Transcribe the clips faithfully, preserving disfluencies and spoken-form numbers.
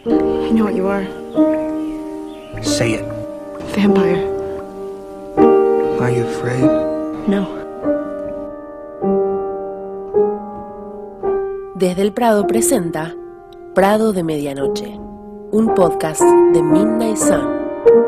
I know what you are. Say it. Vampire. Are you afraid? No. Desde el Prado presenta Prado de Medianoche, un podcast de Midnight Sun.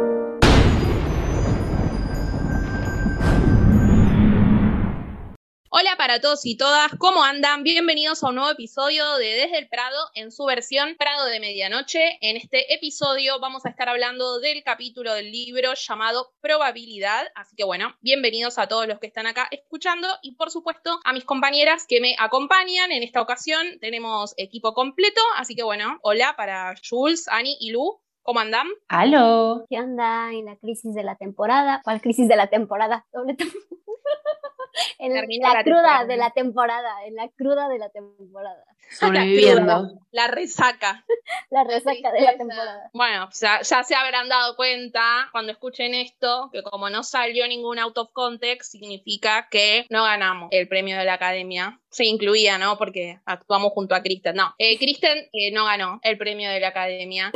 Hola para todos y todas, ¿cómo andan? Bienvenidos a un nuevo episodio de Desde el Prado en su versión Prado de Medianoche. En este episodio vamos a estar hablando del capítulo del libro llamado Probabilidad, así que bueno, bienvenidos a todos los que están acá escuchando y por supuesto a mis compañeras que me acompañan. En esta ocasión tenemos equipo completo, así que bueno, hola para Jules, Ani y Lu. ¿Cómo andan? ¡Aló! ¿Qué onda en la crisis de la temporada? ¿Cuál crisis de la temporada? Doble tem- en Termina la, la cruda temporada. de la temporada, en la cruda de la temporada. Sobreviviendo. La, cruda, la resaca. La resaca de la temporada. Bueno, ya, ya se habrán dado cuenta cuando escuchen esto que como no salió ningún out of context, significa que no ganamos el premio de la Academia. Se incluía, ¿no? Porque actuamos junto a Kristen. No, eh, Kristen eh, no ganó el premio de la Academia.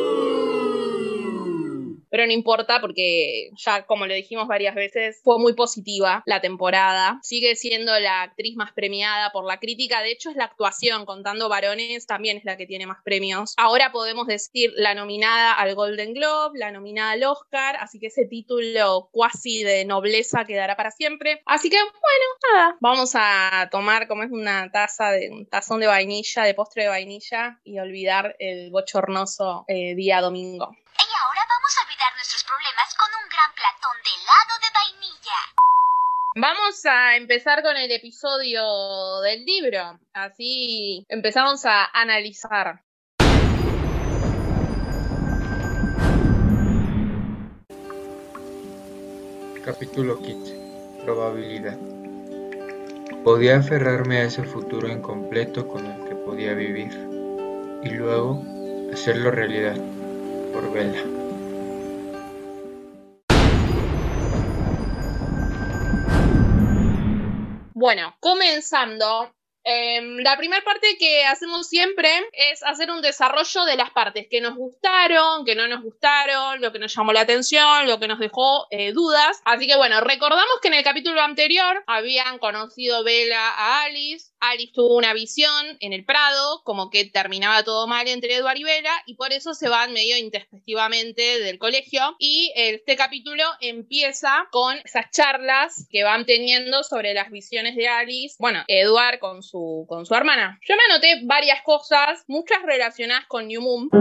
Pero no importa porque ya, como lo dijimos varias veces, fue muy positiva la temporada. Sigue siendo la actriz más premiada por la crítica. De hecho, es la actuación, contando varones, también es la que tiene más premios. Ahora podemos decir la nominada al Golden Globe, la nominada al Oscar, así que ese título cuasi de nobleza quedará para siempre. Así que, bueno, nada, vamos a tomar como es una taza de un tazón de vainilla, de postre de vainilla, y olvidar el bochornoso eh, día domingo. Y ahora vamos a olvidar nuestros problemas con un gran platón de helado de vainilla. Vamos a empezar con el episodio del libro, así empezamos a analizar. Capítulo quince. Probabilidad. Podía aferrarme a ese futuro incompleto con el que podía vivir, y luego hacerlo realidad, por Bella. Bueno, comenzando. Eh, la primera parte que hacemos siempre es hacer un desarrollo de las partes que nos gustaron, que no nos gustaron, lo que nos llamó la atención, lo que nos dejó eh, dudas. Así que bueno, recordamos que en el capítulo anterior habían conocido Bella a Alice. Alice tuvo una visión en el Prado, como que terminaba todo mal entre Edward y Bella, y por eso se van medio intempestivamente del colegio. Y este capítulo empieza con esas charlas que van teniendo sobre las visiones de Alice. Bueno, Edward con su, con su hermana. Yo me anoté varias cosas, muchas relacionadas con New Moon.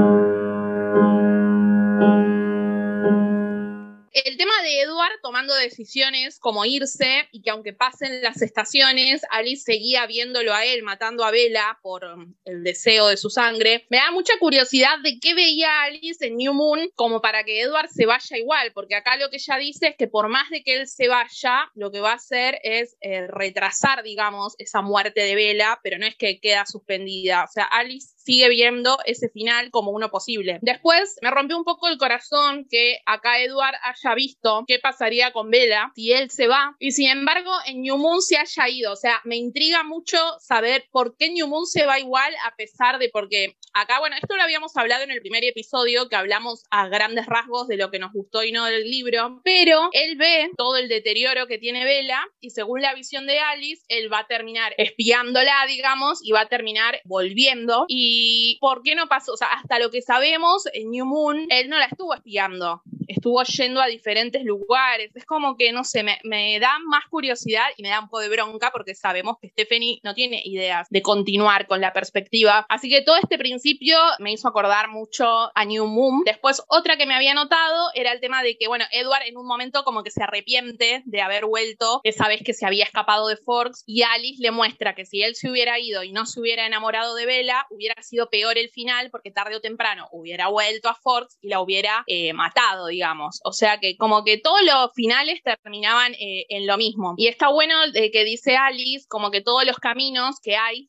El tema de Edward tomando decisiones como irse y que aunque pasen las estaciones, Alice seguía viéndolo a él matando a Bella por um, el deseo de su sangre. Me da mucha curiosidad de qué veía Alice en New Moon como para que Edward se vaya igual, porque acá lo que ella dice es que por más de que él se vaya, lo que va a hacer es eh, retrasar, digamos, esa muerte de Bella, pero no es que queda suspendida. O sea, Alice sigue viendo ese final como uno posible. Después me rompió un poco el corazón que acá Edward haya visto qué pasaría con Bella si él se va y sin embargo en New Moon se haya ido. O sea, me intriga mucho saber por qué New Moon se va igual a pesar de porque acá, bueno, esto lo habíamos hablado en el primer episodio que hablamos a grandes rasgos de lo que nos gustó y no del libro, pero él ve todo el deterioro que tiene Bella y según la visión de Alice, él va a terminar espiándola, digamos, y va a terminar volviendo. ¿Y por qué no pasó? O sea, hasta lo que sabemos, en New Moon, él no la estuvo espiando. Estuvo yendo a diferentes lugares. Es como que, no sé, me, me da más curiosidad y me da un poco de bronca porque sabemos que Stephanie no tiene ideas de continuar con la perspectiva. Así que todo este principio me hizo acordar mucho a New Moon. Después, otra que me había notado era el tema de que, bueno, Edward en un momento como que se arrepiente de haber vuelto esa vez que se había escapado de Forks y Alice le muestra que si él se hubiera ido y no se hubiera enamorado de Bella, hubiera sido peor el final porque tarde o temprano hubiera vuelto a Forks y la hubiera eh, matado, digamos. digamos. O sea que como que todos los finales terminaban eh, en lo mismo. Y está bueno eh, que dice Alice, como que todos los caminos que hay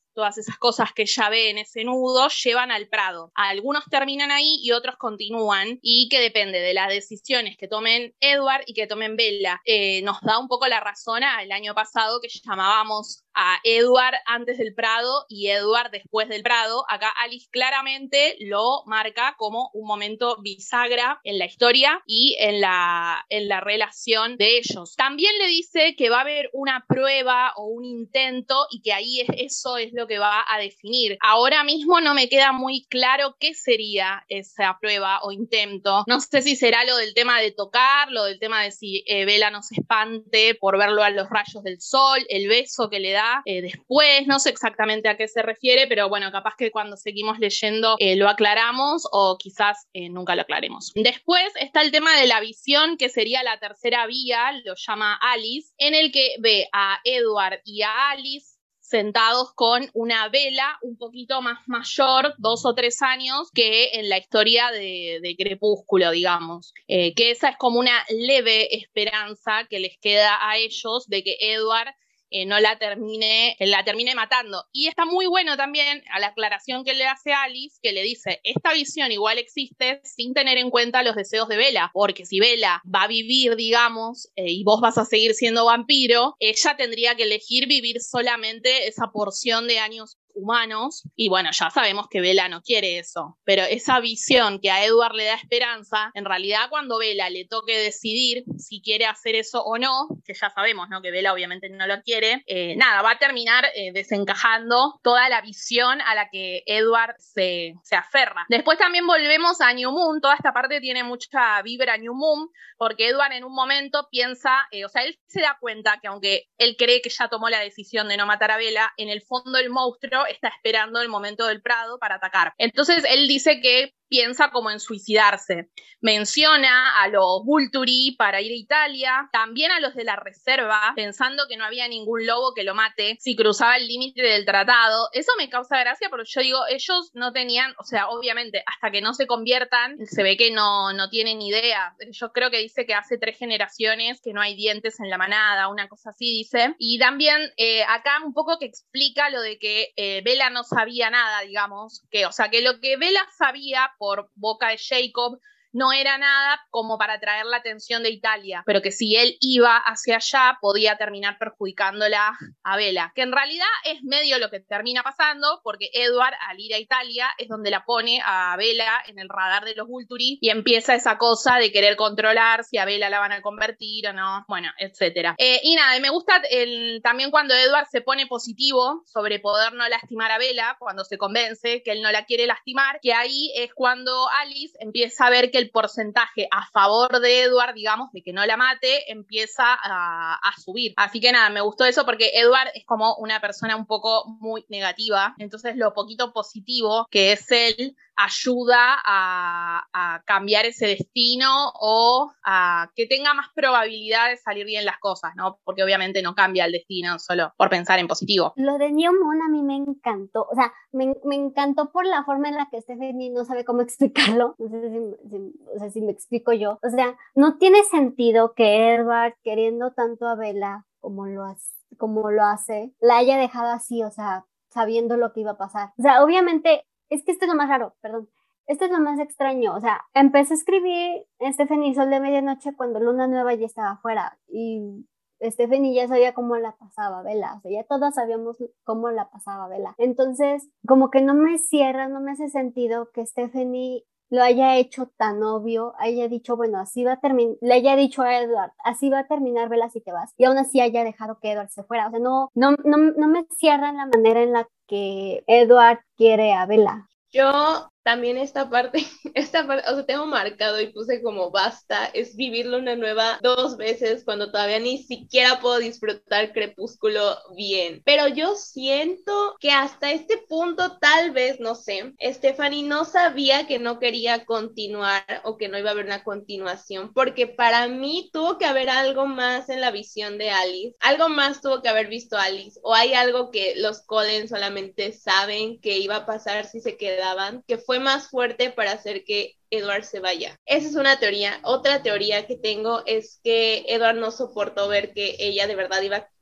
todas esas cosas que ella ve en ese nudo, llevan al prado. Algunos terminan ahí y otros continúan, y que depende de las decisiones que tomen Edward y que tomen Bella. Eh, nos da un poco la razón al año pasado que llamábamos a Edward antes del prado y Edward después del prado. Acá Alice claramente lo marca como un momento bisagra en la historia y en la, en la relación de ellos. También le dice que va a haber una prueba o un intento y que ahí es, eso es lo que va a definir. Ahora mismo no me queda muy claro qué sería esa prueba o intento. No sé si será lo del tema de tocar, lo del tema de si eh, Bella no se espante por verlo a los rayos del sol, el beso que le da Eh, después, no sé exactamente a qué se refiere, pero bueno, capaz que cuando seguimos leyendo eh, lo aclaramos o quizás eh, nunca lo aclaremos. Después está el tema de la visión, que sería la tercera vía, lo llama Alice, en el que ve a Edward y a Alice sentados con una Bella un poquito más mayor, dos o tres años, que en la historia de, de Crepúsculo, digamos. Eh, que esa es como una leve esperanza que les queda a ellos de que Edward Eh, no la termine, la termine matando. Y está muy bueno también a la aclaración que le hace Alice, que le dice, esta visión igual existe sin tener en cuenta los deseos de Bella, porque si Bella va a vivir, digamos, eh, y vos vas a seguir siendo vampiro, ella tendría que elegir vivir solamente esa porción de años humanos, y bueno, ya sabemos que Bella no quiere eso, pero esa visión que a Edward le da esperanza, en realidad cuando Bella le toque decidir si quiere hacer eso o no, que ya sabemos, ¿no?, que Bella obviamente no lo quiere, eh, nada, va a terminar eh, desencajando toda la visión a la que Edward se, se aferra. Después también volvemos a New Moon, toda esta parte tiene mucha vibra New Moon, porque Edward en un momento piensa, eh, o sea, él se da cuenta que aunque él cree que ya tomó la decisión de no matar a Bella, en el fondo el monstruo está esperando el momento del prado para atacar. Entonces él dice que piensa como en suicidarse. Menciona a los Volturi para ir a Italia, también a los de la reserva, pensando que no había ningún lobo que lo mate si cruzaba el límite del tratado. Eso me causa gracia porque yo digo, ellos no tenían, o sea, obviamente, hasta que no se conviertan, se ve que no, no tienen idea. Yo creo que dice que hace tres generaciones que no hay dientes en la manada, una cosa así dice. Y también eh, acá un poco que explica lo de que eh, Bella no sabía nada, digamos, que, o sea, que lo que Bella sabía por boca de Jacob no era nada como para atraer la atención de Italia, pero que si él iba hacia allá podía terminar perjudicándola a Bella, que en realidad es medio lo que termina pasando, porque Edward al ir a Italia es donde la pone a Bella en el radar de los Volturi y empieza esa cosa de querer controlar si a Bella la van a convertir o no, bueno, etcétera. Eh, y nada, me gusta el, también cuando Edward se pone positivo sobre poder no lastimar a Bella, cuando se convence que él no la quiere lastimar, que ahí es cuando Alice empieza a ver que el porcentaje a favor de Edward, digamos, de que no la mate, empieza a, a subir. Así que nada, me gustó eso porque Edward es como una persona un poco muy negativa, entonces lo poquito positivo que es él ayuda a, a cambiar ese destino o a que tenga más probabilidad de salir bien las cosas, ¿no? Porque obviamente no cambia el destino solo por pensar en positivo. Lo de New Moon a mí me encantó, o sea, me, me encantó por la forma en la que Stephanie no sabe cómo explicarlo, no sé si, si, o sea, si me explico yo, o sea, no tiene sentido que Edward, queriendo tanto a Bella como lo hace, como lo hace, la haya dejado así, o sea, sabiendo lo que iba a pasar. O sea, obviamente, es que esto es lo más raro, perdón, esto es lo más extraño, o sea, empecé a escribir Stephanie Sol de Medianoche cuando Luna Nueva ya estaba afuera, y Stephanie ya sabía cómo la pasaba Bella, o sea, ya todas sabíamos cómo la pasaba Bella. Entonces, como que no me cierra, no me hace sentido que Stephanie lo haya hecho tan obvio, haya dicho, bueno, así va a terminar, le haya dicho a Edward, así va a terminar Bella si te vas, y aún así haya dejado que Edward se fuera. O sea, no, no, no, no me cierra en la manera en la que Edward quiere a Bella. Yo también esta parte, esta parte, o sea, tengo marcado y puse como basta, es vivir Luna Nueva dos veces cuando todavía ni siquiera puedo disfrutar Crepúsculo bien. Pero yo siento que hasta este punto, tal vez, no sé, Stephanie no sabía que no quería continuar o que no iba a haber una continuación, porque para mí tuvo que haber algo más en la visión de Alice, algo más tuvo que haber visto Alice, o hay algo que los Cullen solamente saben que iba a pasar si se quedaban, que fue más fuerte para hacer que Edward se vaya. Esa es una teoría. Otra teoría que tengo es que Edward no soportó ver que ella de verdad iba a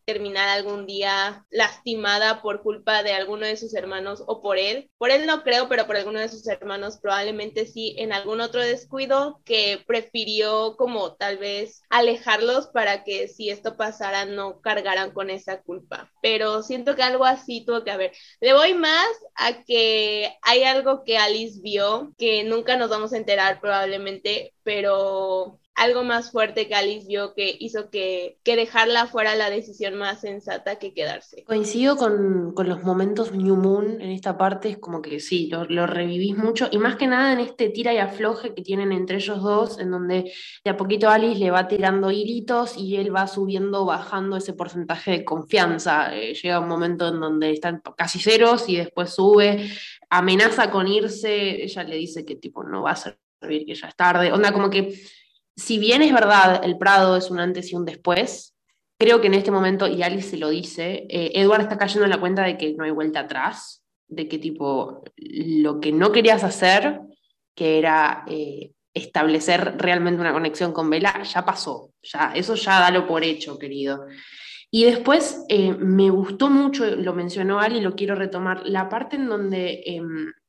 terminar algún día lastimada por culpa de alguno de sus hermanos o por él. Por él no creo, pero por alguno de sus hermanos probablemente sí, en algún otro descuido que prefirió como tal vez alejarlos para que si esto pasara no cargaran con esa culpa. Pero siento que algo así tuvo que haber. Le voy más a que hay algo que Alice vio que nunca nos vamos a enterar probablemente, pero algo más fuerte que Alice vio que hizo que, que dejarla fuera la decisión más sensata que quedarse. Coincido con, con los momentos New Moon en esta parte, es como que sí, lo, lo revivís mucho, y más que nada en este tira y afloje que tienen entre ellos dos, en donde de a poquito Alice le va tirando hilitos y él va subiendo, bajando ese porcentaje de confianza. Eh, llega un momento en donde están casi ceros y después sube, amenaza con irse, ella le dice que tipo no va a servir, que ya es tarde, onda como que si bien es verdad, el Prado es un antes y un después, creo que en este momento, y Alice se lo dice, eh, Edward está cayendo en la cuenta de que no hay vuelta atrás, de que tipo, lo que no querías hacer, que era eh, establecer realmente una conexión con Bella, ya pasó, ya, eso ya dalo por hecho, querido. Y después eh, me gustó mucho, lo mencionó Ali, y lo quiero retomar, la parte en donde... Eh,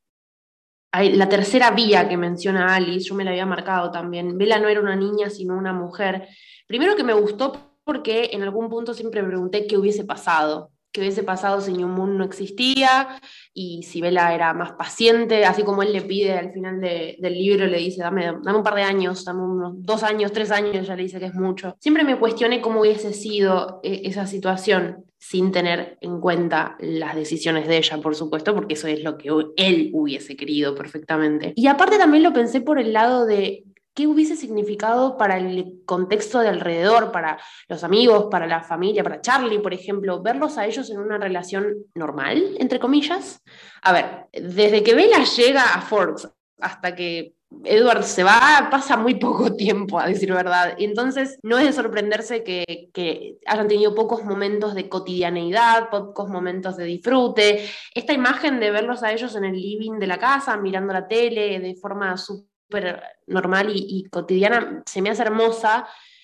Hay la tercera vía que menciona Alice, yo me la había marcado también. Bella no era una niña, sino una mujer. Primero que me gustó porque en algún punto siempre me pregunté qué hubiese pasado. Qué hubiese pasado si New Moon no existía y si Bella era más paciente, así como él le pide al final de, del libro, le dice, dame, dame un par de años, dame unos dos años, tres años, ya le dice que es mucho. Siempre me cuestioné cómo hubiese sido eh, esa situación, sin tener en cuenta las decisiones de ella, por supuesto, porque eso es lo que él hubiese querido perfectamente. Y aparte también lo pensé por el lado de qué hubiese significado para el contexto de alrededor, para los amigos, para la familia, para Charlie, por ejemplo, verlos a ellos en una relación normal, entre comillas. A ver, desde que Bella llega a Forks hasta que Edward se va, pasa muy poco tiempo, a decir verdad. Y entonces no es de sorprenderse que, que hayan tenido pocos momentos de cotidianeidad, pocos momentos de disfrute. Esta imagen de verlos a ellos en el living de la casa, mirando la tele de forma súper normal y, y cotidiana, se me hace hermosa.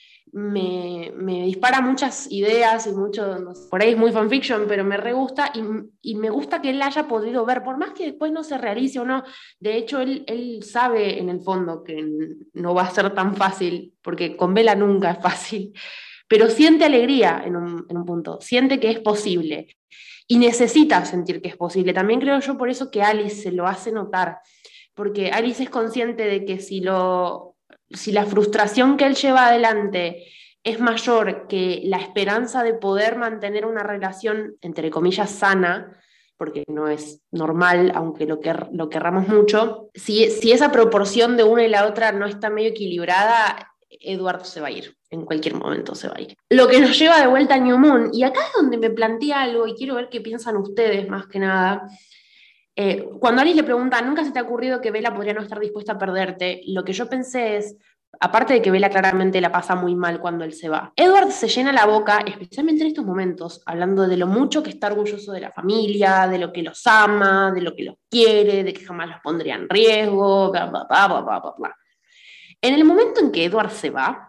Me, me dispara muchas ideas y mucho, no sé, por ahí es muy fanfiction, pero me re gusta y, y me gusta que él haya podido ver, por más que después no se realice o no, de hecho él, él sabe en el fondo que no va a ser tan fácil, porque con Bella nunca es fácil, pero siente alegría en un, en un punto, siente que es posible y necesita sentir que es posible. También creo yo por eso que Alice se lo hace notar, porque Alice es consciente de que si lo... si la frustración que él lleva adelante es mayor que la esperanza de poder mantener una relación, entre comillas, sana, porque no es normal, aunque lo, quer lo querramos mucho, si, si esa proporción de una y la otra no está medio equilibrada, Edward se va a ir, en cualquier momento se va a ir. Lo que nos lleva de vuelta a New Moon, y acá es donde me plantea algo, y quiero ver qué piensan ustedes más que nada. Eh, cuando Alice le pregunta, ¿nunca se te ha ocurrido que Bella podría no estar dispuesta a perderte? Lo que yo pensé es, aparte de que Bella claramente la pasa muy mal cuando él se va, Edward se llena la boca, especialmente en estos momentos, hablando de lo mucho que está orgulloso de la familia, de lo que los ama, de lo que los quiere, de que jamás los pondría en riesgo, bla, bla, bla, bla, bla, bla. En el momento en que Edward se va,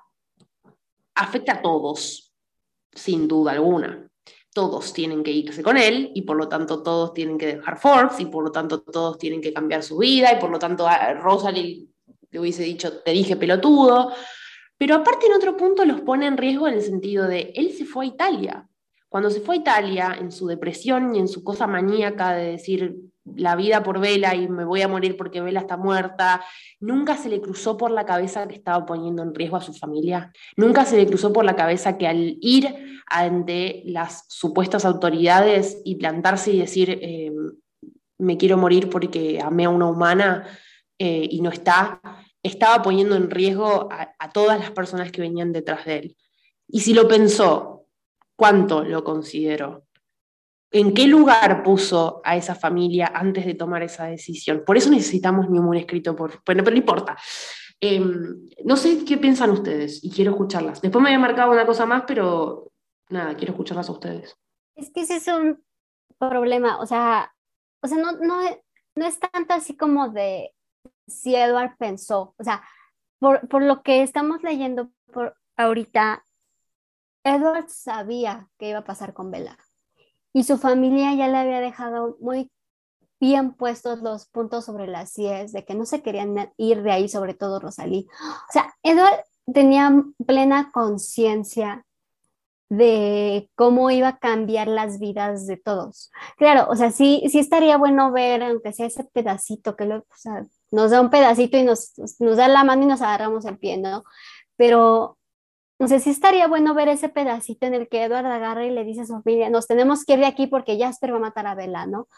afecta a todos, sin duda alguna. Todos tienen que irse con él y por lo tanto todos tienen que dejar Forks y por lo tanto todos tienen que cambiar su vida y por lo tanto a Rosalie le hubiese dicho, te dije pelotudo, pero aparte en otro punto los pone en riesgo en el sentido de, él se fue a Italia. Cuando se fue a Italia, en su depresión y en su cosa maníaca de decir la vida por Bella y me voy a morir porque Bella está muerta, nunca se le cruzó por la cabeza que estaba poniendo en riesgo a su familia, nunca se le cruzó por la cabeza que al ir ante las supuestas autoridades y plantarse y decir eh, me quiero morir porque amé a una humana eh, y no está, estaba poniendo en riesgo a, a todas las personas que venían detrás de él. Y si lo pensó, ¿cuánto lo consideró? ¿En qué lugar puso a esa familia antes de tomar esa decisión? Por eso necesitamos New Moon escrito por... Bueno, pero no importa. Eh, no sé qué piensan ustedes y quiero escucharlas. Después me había marcado una cosa más, pero nada, quiero escucharlas a ustedes. Es que ese es un problema, o sea, o sea, no, no, no es tanto así como de si Edward pensó, o sea, por, por lo que estamos leyendo por ahorita, Edward sabía qué iba a pasar con Bella y su familia ya le había dejado muy bien puestos los puntos sobre las íes de que no se querían ir de ahí, sobre todo Rosalie. O sea, Edward tenía plena conciencia de cómo iba a cambiar las vidas de todos. Claro, o sea, sí, sí estaría bueno ver, aunque sea ese pedacito, que lo, o sea, nos da un pedacito y nos, nos da la mano y nos agarramos el pie, ¿no? Pero, no sé, sí estaría bueno ver ese pedacito en el que Edward agarra y le dice a su familia, nos tenemos que ir de aquí porque Jasper va a matar a Bella, ¿no?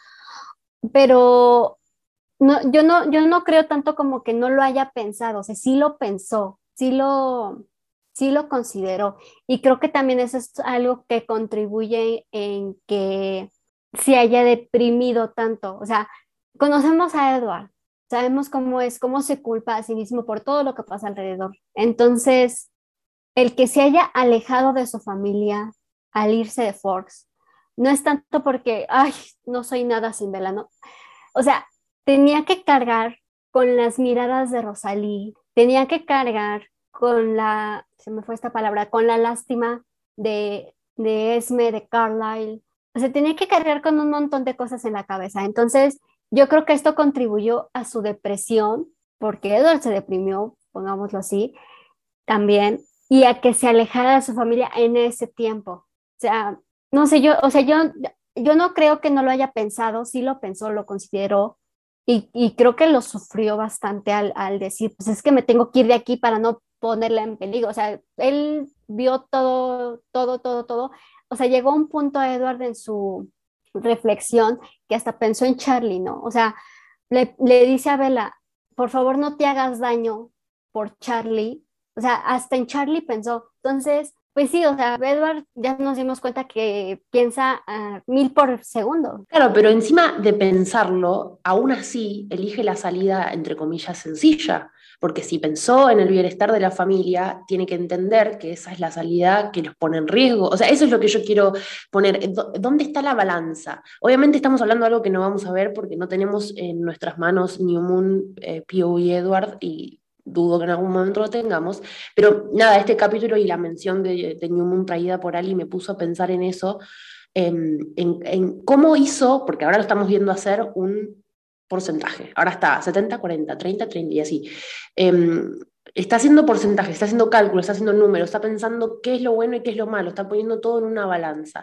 Pero no, yo no, yo no creo tanto como que no lo haya pensado, o sea, sí lo pensó, sí lo, sí lo consideró. Y creo que también eso es algo que contribuye en que se haya deprimido tanto. O sea, conocemos a Edward, sabemos cómo es, cómo se culpa a sí mismo por todo lo que pasa alrededor. Entonces, el que se haya alejado de su familia al irse de Forks, no es tanto porque, ay, no soy nada sin Bella, ¿no? O sea, tenía que cargar con las miradas de Rosalie, tenía que cargar con la, se me fue esta palabra, con la lástima de, de Esme, de Carlisle. O sea, tenía que cargar con un montón de cosas en la cabeza. Entonces, yo creo que esto contribuyó a su depresión, porque Edward se deprimió, pongámoslo así, también, y a que se alejara de su familia en ese tiempo. O sea, no sé, yo, o sea, yo, yo no creo que no lo haya pensado, sí lo pensó, lo consideró, y, y creo que lo sufrió bastante al, al decir, pues es que me tengo que ir de aquí para no ponerla en peligro. O sea, él vio todo, todo, todo, todo. O sea, llegó a un punto a Edward en su reflexión que hasta pensó en Charlie, ¿no? O sea, le, le dice a Bella, por favor no te hagas daño por Charlie. O sea, hasta en Charlie pensó. Entonces, pues sí, o sea, Edward ya nos dimos cuenta que piensa uh, mil por segundo. Claro, pero encima de pensarlo, aún así elige la salida, entre comillas, sencilla, porque si pensó en el bienestar de la familia, tiene que entender que esa es la salida que los pone en riesgo. O sea, eso es lo que yo quiero poner. ¿Dónde está la balanza? Obviamente estamos hablando de algo que no vamos a ver porque no tenemos en nuestras manos New Moon, eh, P O y Edward, y dudo que en algún momento lo tengamos, pero nada, este capítulo y la mención de, de New Moon traída por Ali me puso a pensar en eso, en, en, en cómo hizo, porque ahora lo estamos viendo hacer un porcentaje, ahora está setenta, cuarenta, treinta, treinta y así. Eh, está haciendo porcentaje, está haciendo cálculos, está haciendo números, está pensando qué es lo bueno y qué es lo malo, está poniendo todo en una balanza.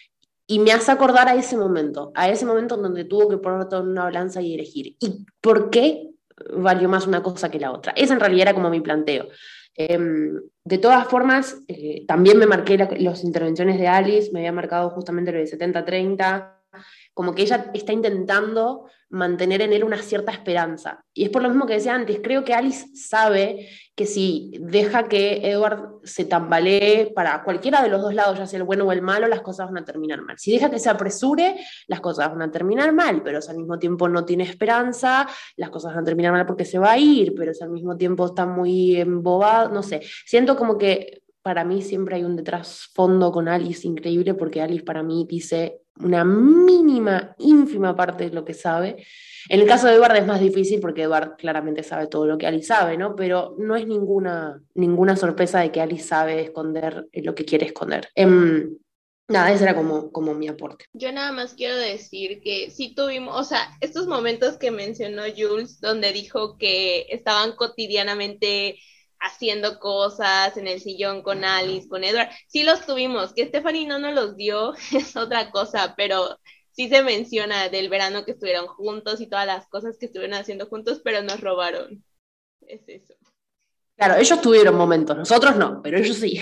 Y me hace acordar a ese momento, a ese momento en donde tuvo que poner todo en una balanza y elegir. ¿Y por qué valió más una cosa que la otra? Ese en realidad era como mi planteo. Eh, de todas formas, eh, también me marqué la, las intervenciones de Alice, me había marcado justamente lo de setenta treinta, como que ella está intentando mantener en él una cierta esperanza. Y es por lo mismo que decía antes, creo que Alice sabe que si deja que Edward se tambalee para cualquiera de los dos lados, ya sea el bueno o el malo, las cosas van a terminar mal. Si deja que se apresure, las cosas van a terminar mal, pero si al mismo tiempo no tiene esperanza, las cosas van a terminar mal porque se va a ir, pero si al mismo tiempo está muy embobado, no sé. Siento como que para mí siempre hay un trasfondo con Alice increíble, porque Alice para mí dice una mínima, ínfima parte de lo que sabe. En el caso de Edward es más difícil porque Edward claramente sabe todo lo que Alice sabe, ¿no? Pero no es ninguna, ninguna sorpresa de que Alice sabe esconder lo que quiere esconder. Um, nada, ese era como, como mi aporte. Yo nada más quiero decir que sí tuvimos, o sea, estos momentos que mencionó Jules, donde dijo que estaban cotidianamente haciendo cosas en el sillón con Alice, con Edward, sí los tuvimos, que Stephanie no nos los dio es otra cosa, pero sí se menciona del verano que estuvieron juntos y todas las cosas que estuvieron haciendo juntos, pero nos robaron. Es eso. Claro, ellos tuvieron momentos, nosotros no, pero ellos sí.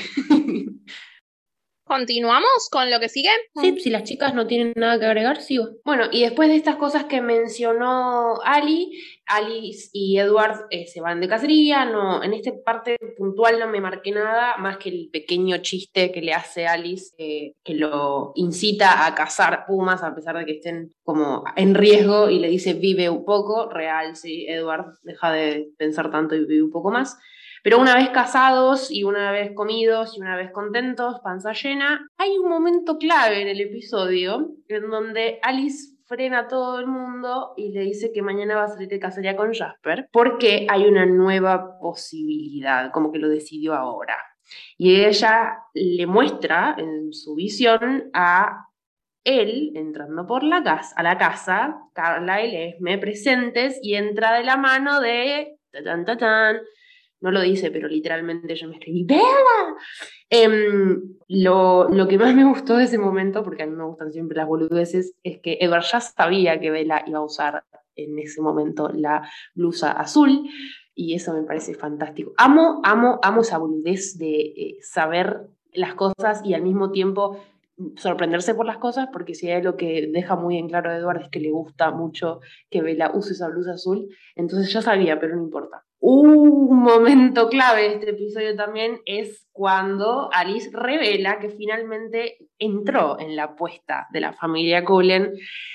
¿Continuamos con lo que sigue? Sí, si las chicas no tienen nada que agregar, sigo. Bueno, y después de estas cosas que mencionó Ali, Alice y Edward eh, se van de cacería. No, en esta parte puntual no me marqué nada, más que el pequeño chiste que le hace Alice, eh, que lo incita a cazar pumas a pesar de que estén como en riesgo, y le dice vive un poco. Real, sí, Edward, deja de pensar tanto y vive un poco más. Pero una vez casados y una vez comidos y una vez contentos, panza llena, hay un momento clave en el episodio en donde Alice frena a todo el mundo y le dice que mañana va a salir de cacería con Jasper porque hay una nueva posibilidad, como que lo decidió ahora. Y ella le muestra en su visión a él entrando por la casa, a la casa, Carlyle y Esme presentes, y entra de la mano de... Tatán, tatán, no lo dice, pero literalmente yo me escribí ¡Bella! Eh, lo, lo que más me gustó de ese momento, porque a mí me gustan siempre las boludeces, es que Edward ya sabía que Bella iba a usar en ese momento la blusa azul, y eso me parece fantástico. Amo, amo, amo esa boludez de eh, saber las cosas y al mismo tiempo sorprenderse por las cosas, porque si hay algo que deja muy en claro a Edward es que le gusta mucho que Bella use esa blusa azul, entonces ya sabía, pero no importa. Un momento clave de este episodio también es cuando Alice revela que finalmente entró en la apuesta de la familia Cullen.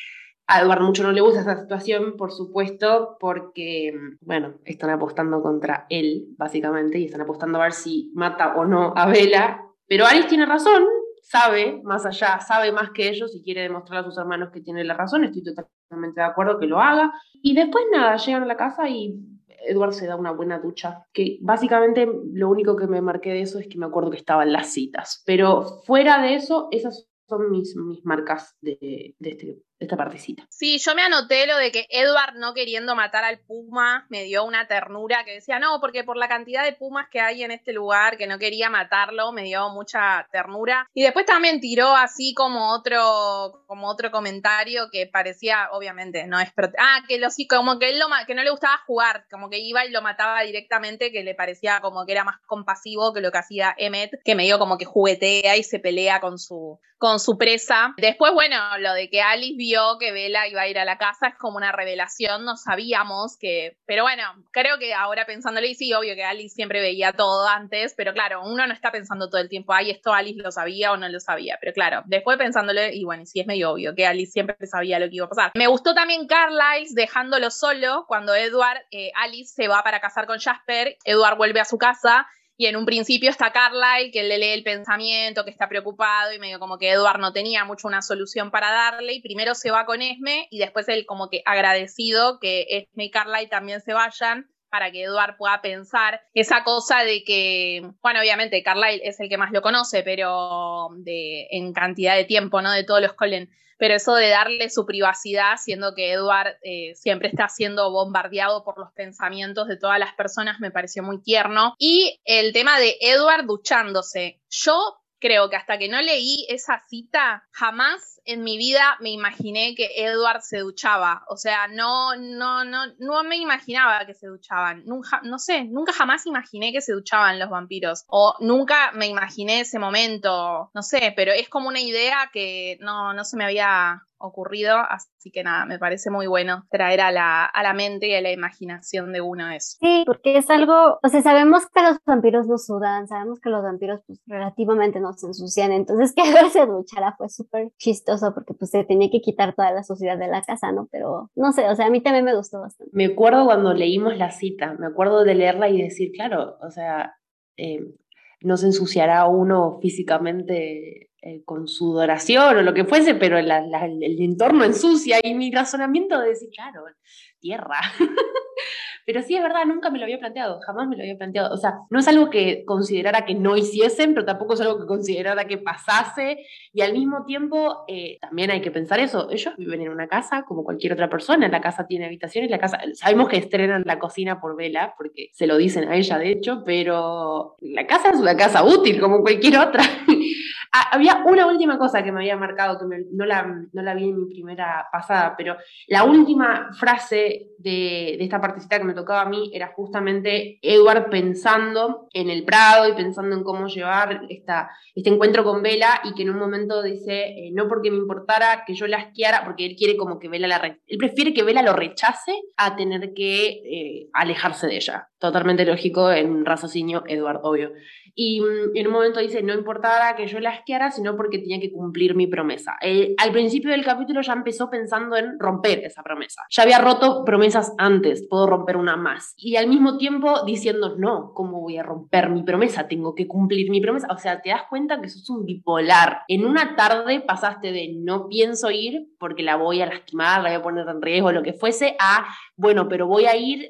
A Edward mucho no le gusta esa situación, por supuesto, porque, bueno, están apostando contra él, básicamente, y están apostando a ver si mata o no a Bella, pero Alice tiene razón, sabe más allá, sabe más que ellos y quiere demostrarle a sus hermanos que tiene la razón, estoy totalmente de acuerdo que lo haga, y después nada, llegan a la casa y Edward se da una buena ducha, que básicamente lo único que me marqué de eso es que me acuerdo que estaban las citas, pero fuera de eso, esas son mis, mis marcas de, de, este, de esta partecita. Sí, yo me anoté lo de que Edward no queriendo matar al puma me dio una ternura que decía, no, porque por la cantidad de pumas que hay en este lugar, que no quería matarlo, me dio mucha ternura. Y después también tiró así como otro, como otro comentario que parecía, obviamente, no es... Prote- ah, que, lo, sí, como que, él lo, que no le gustaba jugar, como que iba y lo mataba directamente, que le parecía como que era más compasivo que lo que hacía Emmett, que medio como que juguetea y se pelea con su... con su presa. Después, bueno, lo de que Alice vio que Bella iba a ir a la casa es como una revelación, no sabíamos que... Pero bueno, creo que ahora pensándole, y sí, obvio que Alice siempre veía todo antes, pero claro, uno no está pensando todo el tiempo, ay, esto Alice lo sabía o no lo sabía, pero claro, después pensándole, y bueno, sí es medio obvio que Alice siempre sabía lo que iba a pasar. Me gustó también Carlyle dejándolo solo cuando Edward, eh, Alice se va para casar con Jasper, Edward vuelve a su casa. Y en un principio está Carlyle, que le lee el pensamiento, que está preocupado, y medio como que Edward no tenía mucho una solución para darle, y primero se va con Esme, y después él como que agradecido que Esme y Carlyle también se vayan, para que Edward pueda pensar esa cosa de que, bueno, obviamente Carlyle es el que más lo conoce, pero de, en cantidad de tiempo, ¿no? De todos los Cullen. Pero eso de darle su privacidad, siendo que Edward eh, siempre está siendo bombardeado por los pensamientos de todas las personas, me pareció muy tierno. Y el tema de Edward duchándose. Yo creo que hasta que no leí esa cita, jamás en mi vida me imaginé que Edward se duchaba. O sea, no, no, no, no me imaginaba que se duchaban. Nunca, no sé, nunca jamás imaginé que se duchaban los vampiros. O nunca me imaginé ese momento. No sé, pero es como una idea que no, no se me había ocurrido, así que nada, me parece muy bueno traer a la, a la mente y a la imaginación de uno eso. Sí, porque es algo, o sea, sabemos que los vampiros no sudan, sabemos que los vampiros pues relativamente no se ensucian, entonces que Edward se duchara fue súper chistoso porque pues se tenía que quitar toda la suciedad de la casa, ¿no? Pero no sé, o sea, a mí también me gustó bastante. Me acuerdo cuando leímos la cita, me acuerdo de leerla y decir, claro, o sea, eh, no se ensuciará uno físicamente eh, con sudoración o lo que fuese, pero la, la, el entorno ensucia, y mi razonamiento de decir, claro, tierra. Pero sí, es verdad, nunca me lo había planteado, jamás me lo había planteado. O sea, no es algo que considerara que no hiciesen, pero tampoco es algo que considerara que pasase, y al mismo tiempo eh, también hay que pensar eso. Ellos viven en una casa como cualquier otra persona, la casa tiene habitaciones, la casa, sabemos que estrenan la cocina por Bella, porque se lo dicen a ella de hecho, pero la casa es una casa útil como cualquier otra. Ah, había una última cosa que me había marcado, que me, no, la, no la vi en mi primera pasada, pero la última frase de, de esta partecita que me tocaba a mí era justamente Edward pensando en el Prado y pensando en cómo llevar esta, este encuentro con Bella, y que en un momento dice, eh, no porque me importara que yo la asqueara, porque él quiere como que Bella la re- él prefiere que Bella lo rechace a tener que eh, alejarse de ella. Totalmente lógico, en un raciocinio Edward, obvio. Y mm, en un momento dice, no importara que yo la asqueara, sino porque tenía que cumplir mi promesa. Eh, al principio del capítulo ya empezó pensando en romper esa promesa. Ya había roto promesas antes, puedo romper una más. Y al mismo tiempo diciendo, no, ¿cómo voy a romper mi promesa? Tengo que cumplir mi promesa. O sea, te das cuenta que sos un bipolar. En una tarde pasaste de no pienso ir porque la voy a lastimar, la voy a poner en riesgo, lo que fuese, a, bueno, pero voy a ir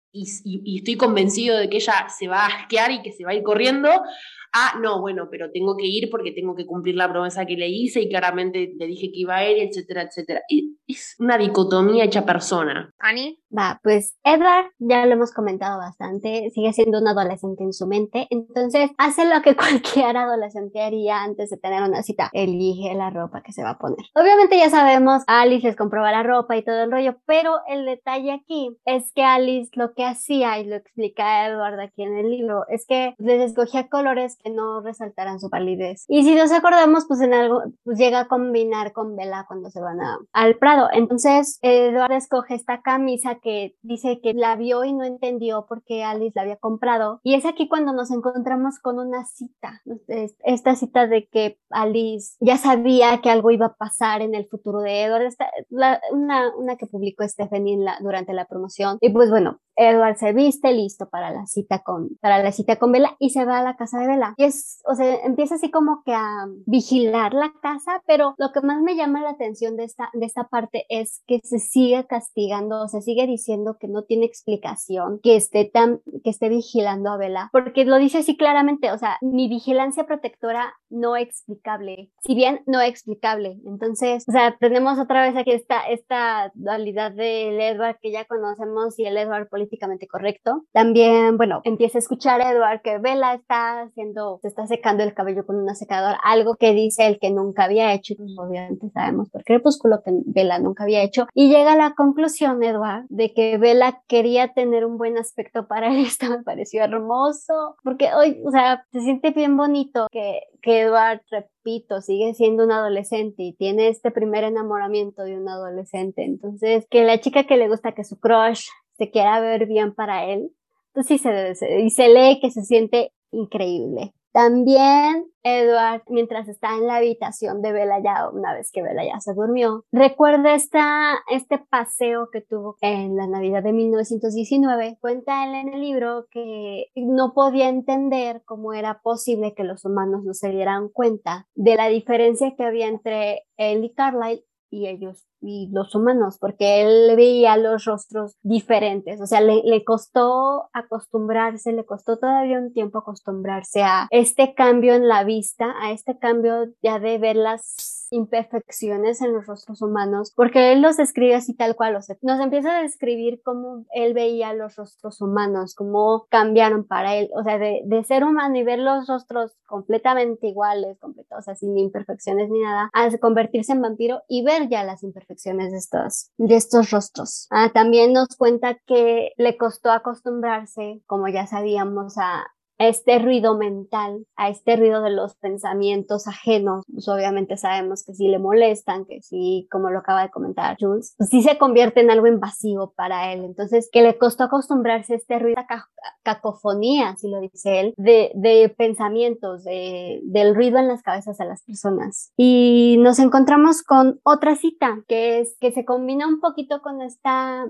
y, y, y estoy convencido de que ella se va a asquear y que se va a ir corriendo, ah, no, bueno, pero tengo que ir porque tengo que cumplir la promesa que le hice y claramente le dije que iba a ir, etcétera, etcétera. Es una dicotomía hecha persona. ¿Ani? Va, pues Edward, ya lo hemos comentado bastante, sigue siendo un adolescente en su mente, entonces hace lo que cualquier adolescente haría antes de tener una cita, elige la ropa que se va a poner. Obviamente ya sabemos, Alice les compraba la ropa y todo el rollo, pero el detalle aquí es que Alice lo que hacía, y lo explica Edward aquí en el libro, es que les escogía colores que no resaltaran su palidez. Y si nos acordamos, pues en algo, pues llega a combinar con Bella cuando se van a, al Prado. Entonces, Edward escoge esta camisa que dice que la vio y no entendió por qué Alice la había comprado. Y es aquí cuando nos encontramos con una cita. Esta cita de que Alice ya sabía que algo iba a pasar en el futuro de Edward. Esta, la, una, una que publicó Stephanie en la, durante la promoción. Y pues bueno, Edward se viste listo para la cita con, para la cita con Bella y se va a la casa de Bella. Y es, o sea, empieza así como que a vigilar la casa, pero lo que más me llama la atención de esta, de esta parte es que se sigue castigando, o se sigue diciendo que no tiene explicación que esté tan, que esté vigilando a Bella, porque lo dice así claramente, o sea, mi vigilancia protectora no explicable, si bien no explicable. Entonces, o sea, tenemos otra vez aquí esta, esta dualidad del Edward que ya conocemos y el Edward políticamente correcto. También, bueno, empieza a escuchar a Edward que Bella está haciendo, se está secando el cabello con una secadora, algo que dice él que nunca había hecho, pues obviamente sabemos por Crepúsculo que Bella nunca había hecho, y llega a la conclusión, Edward, de que Bella quería tener un buen aspecto para él. Esto me pareció hermoso, porque hoy, o sea, se siente bien bonito que, que Edward, repito, sigue siendo un adolescente y tiene este primer enamoramiento de un adolescente, entonces que la chica que le gusta, que su crush se quiera ver bien para él, pues sí se, se, y se lee que se siente increíble. También Edward, mientras está en la habitación de Bella, ya una vez que Bella ya se durmió, recuerda esta, este paseo que tuvo en la Navidad de mil novecientos diecinueve. Cuenta él en el libro que no podía entender cómo era posible que los humanos no se dieran cuenta de la diferencia que había entre él y Carlisle y ellos y los humanos, porque él veía los rostros diferentes, o sea, le, le costó acostumbrarse, le costó todavía un tiempo acostumbrarse a este cambio en la vista, a este cambio ya de ver las imperfecciones en los rostros humanos, porque él los describe así tal cual, o sea, nos empieza a describir cómo él veía los rostros humanos, cómo cambiaron para él, o sea, de, de ser humano y ver los rostros completamente iguales, completos, o sea, sin imperfecciones ni nada, a convertirse en vampiro y ver ya las imperfecciones de estos, de estos rostros. Ah, también nos cuenta que le costó acostumbrarse, como ya sabíamos, a este ruido mental, a este ruido de los pensamientos ajenos. Pues obviamente sabemos que sí le molestan, que sí, como lo acaba de comentar Jules, pues sí se convierte en algo invasivo para él. Entonces, que le costó acostumbrarse a este ruido, a cacofonía, si lo dice él, de, de pensamientos, de, del ruido en las cabezas de las personas. Y nos encontramos con otra cita, que es que se combina un poquito con esta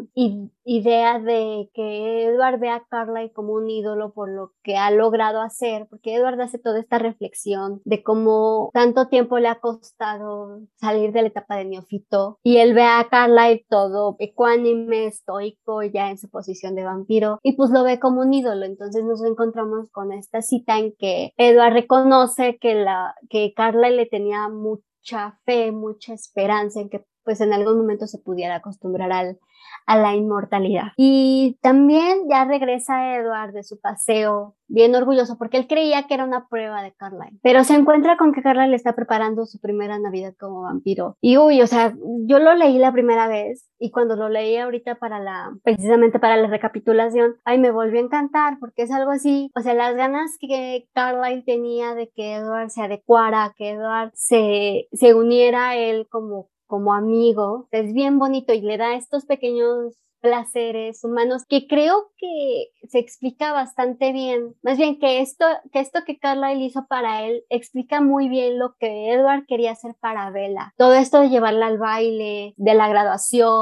idea de que Edward ve a Carlisle como un ídolo por lo que ha logrado hacer, porque Edward hace toda esta reflexión de cómo tanto tiempo le ha costado salir de la etapa de neófito, y él ve a Carlisle todo ecuánime, estoico, ya en su posición de vampiro, y pues lo ve como un ídolo. Entonces nos encontramos con esta cita en que Edward reconoce que, la, que Carlisle le tenía mucha fe, mucha esperanza en que pues en algún momento se pudiera acostumbrar al a la inmortalidad. Y también ya regresa Edward de su paseo bien orgulloso porque él creía que era una prueba de Carlisle, pero se encuentra con que Carlisle le está preparando su primera Navidad como vampiro. Y uy, o sea, yo lo leí la primera vez y cuando lo leí ahorita para la, precisamente para la recapitulación, ay, me volvió a encantar porque es algo así, o sea, las ganas que Carlisle tenía de que Edward se adecuara, que Edward se, se uniera a él como como amigo, es bien bonito y le da estos pequeños placeres humanos que creo que se explica bastante bien. Más bien que esto que esto que Carlisle hizo para él explica muy bien lo que Edward quería hacer para Bella. Todo esto de llevarla al baile, de la graduación,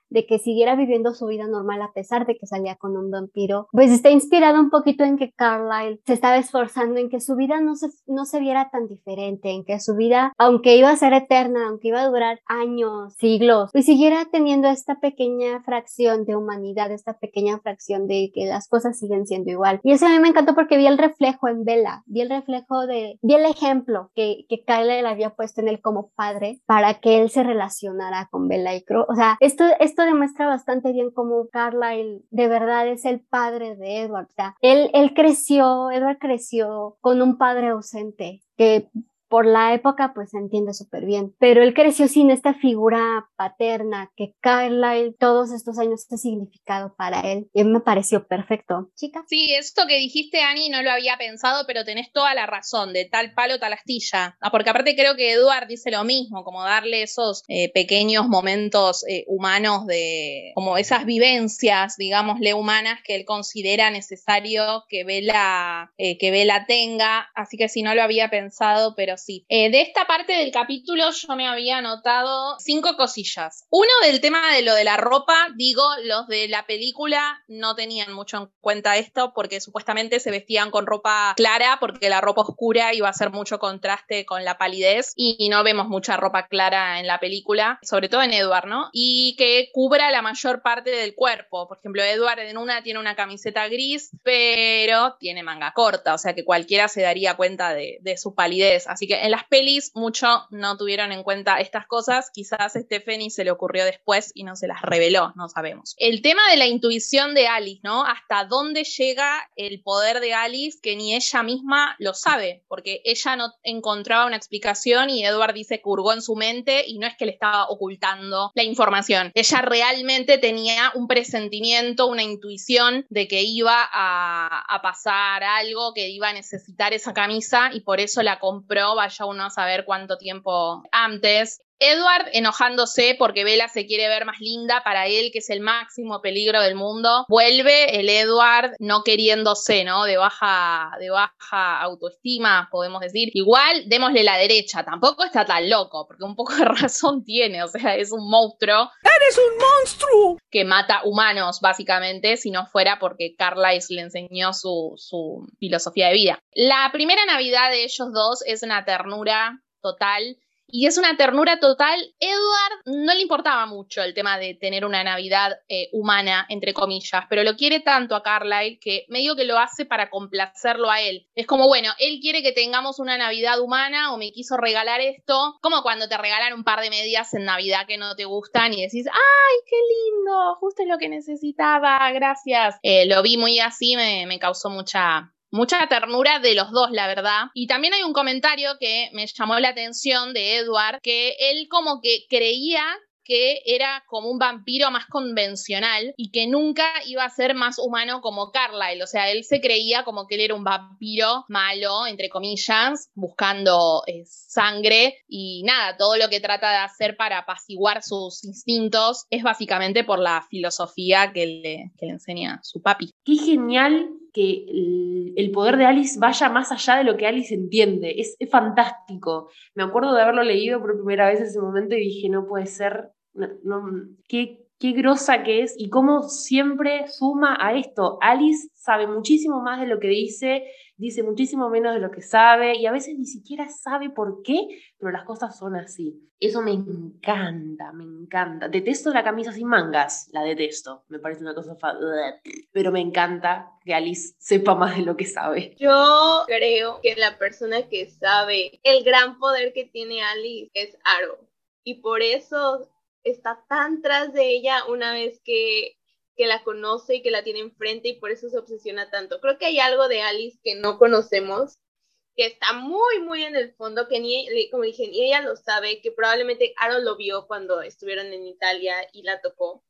de que siguiera viviendo su vida normal a pesar de que salía con un vampiro, pues está inspirado un poquito en que Carlisle se estaba esforzando en que su vida no se, no se viera tan diferente, en que su vida, aunque iba a ser eterna, aunque iba a durar años, siglos, pues siguiera teniendo esta pequeña fracción de humanidad, esta pequeña fracción de que las cosas siguen siendo igual. Y eso a mí me encantó porque vi el reflejo en Bella, vi el reflejo de, vi el ejemplo que, que Carlisle le había puesto en él como padre para que él se relacionara con Bella. Y creo, o sea, esto, esto demuestra bastante bien cómo Carlisle de verdad es el padre de Edward. O sea, él, él creció, Edward creció con un padre ausente que por la época pues se entiende súper bien, pero él creció sin esta figura paterna que Carlisle todos estos años ha significado para él, y a mí me pareció perfecto. Chica. Sí, esto que dijiste, Ani, no lo había pensado, pero tenés toda la razón, de tal palo, tal astilla. Ah, porque aparte creo que Edward dice lo mismo, como darle esos eh, pequeños momentos eh, humanos de, como esas vivencias, digámosle, humanas que él considera necesario que Bella, eh, que Bella tenga, así que sí, no lo había pensado, pero sí. Eh, de esta parte del capítulo yo me había anotado cinco cosillas. Uno, del tema de lo de la ropa, digo, los de la película no tenían mucho en cuenta esto porque supuestamente se vestían con ropa clara porque la ropa oscura iba a hacer mucho contraste con la palidez y, y no vemos mucha ropa clara en la película, sobre todo en Edward, ¿no? Y que cubra la mayor parte del cuerpo. Por ejemplo, Edward en una tiene una camiseta gris, pero tiene manga corta, o sea que cualquiera se daría cuenta de, de su palidez. Así que en las pelis mucho no tuvieron en cuenta estas cosas, quizás a Stephanie se le ocurrió después y no se las reveló, no sabemos. El tema de la intuición de Alice, ¿no? Hasta dónde llega el poder de Alice que ni ella misma lo sabe, porque ella no encontraba una explicación y Edward dice que hurgó en su mente y no es que le estaba ocultando la información. Ella realmente tenía un presentimiento, una intuición de que iba a, a pasar algo, que iba a necesitar esa camisa y por eso la compró, vaya uno a saber cuánto tiempo antes. Edward enojándose porque Bella se quiere ver más linda para él, que es el máximo peligro del mundo. Vuelve el Edward no queriéndose, ¿no? De baja, de baja autoestima, podemos decir. Igual, démosle la derecha. Tampoco está tan loco, porque un poco de razón tiene. O sea, es un monstruo. ¡Eres un monstruo! Que mata humanos, básicamente, si no fuera porque Carlisle le enseñó su, su filosofía de vida. La primera Navidad de ellos dos es una ternura total. Y es una ternura total. Edward no le importaba mucho el tema de tener una Navidad eh, humana, entre comillas, pero lo quiere tanto a Carlisle que medio que lo hace para complacerlo a él. Es como, bueno, él quiere que tengamos una Navidad humana o me quiso regalar esto, como cuando te regalan un par de medias en Navidad que no te gustan y decís, ¡ay, qué lindo! Justo es lo que necesitaba, gracias. Eh, lo vi muy así, me, me causó mucha... Mucha ternura de los dos, la verdad. Y también hay un comentario que me llamó la atención de Edward, que él como que creía que era como un vampiro más convencional y que nunca iba a ser más humano como Carlisle. O sea, él se creía como que él era un vampiro malo, entre comillas, buscando eh, sangre y nada, todo lo que trata de hacer para apaciguar sus instintos es básicamente por la filosofía que le, que le enseña su papi. Qué genial que el, el poder de Alice vaya más allá de lo que Alice entiende. Es, es fantástico. Me acuerdo de haberlo leído por primera vez en ese momento y dije, no puede ser, no, no, qué, qué grosa que es y cómo siempre suma a esto. Alice sabe muchísimo más de lo que dice, dice muchísimo menos de lo que sabe y a veces ni siquiera sabe por qué, pero las cosas son así. Eso me encanta, me encanta. Detesto la camisa sin mangas, la detesto. Me parece una cosa fa... Pero me encanta que Alice sepa más de lo que sabe. Yo creo que la persona que sabe el gran poder que tiene Alice es Aro. Y por eso está tan tras de ella una vez que, que la conoce y que la tiene enfrente y por eso se obsesiona tanto. Creo que hay algo de Alice que no conocemos, que está muy, muy en el fondo, que ni, como dije, ni ella lo sabe, que probablemente Aro lo vio cuando estuvieron en Italia y la tocó.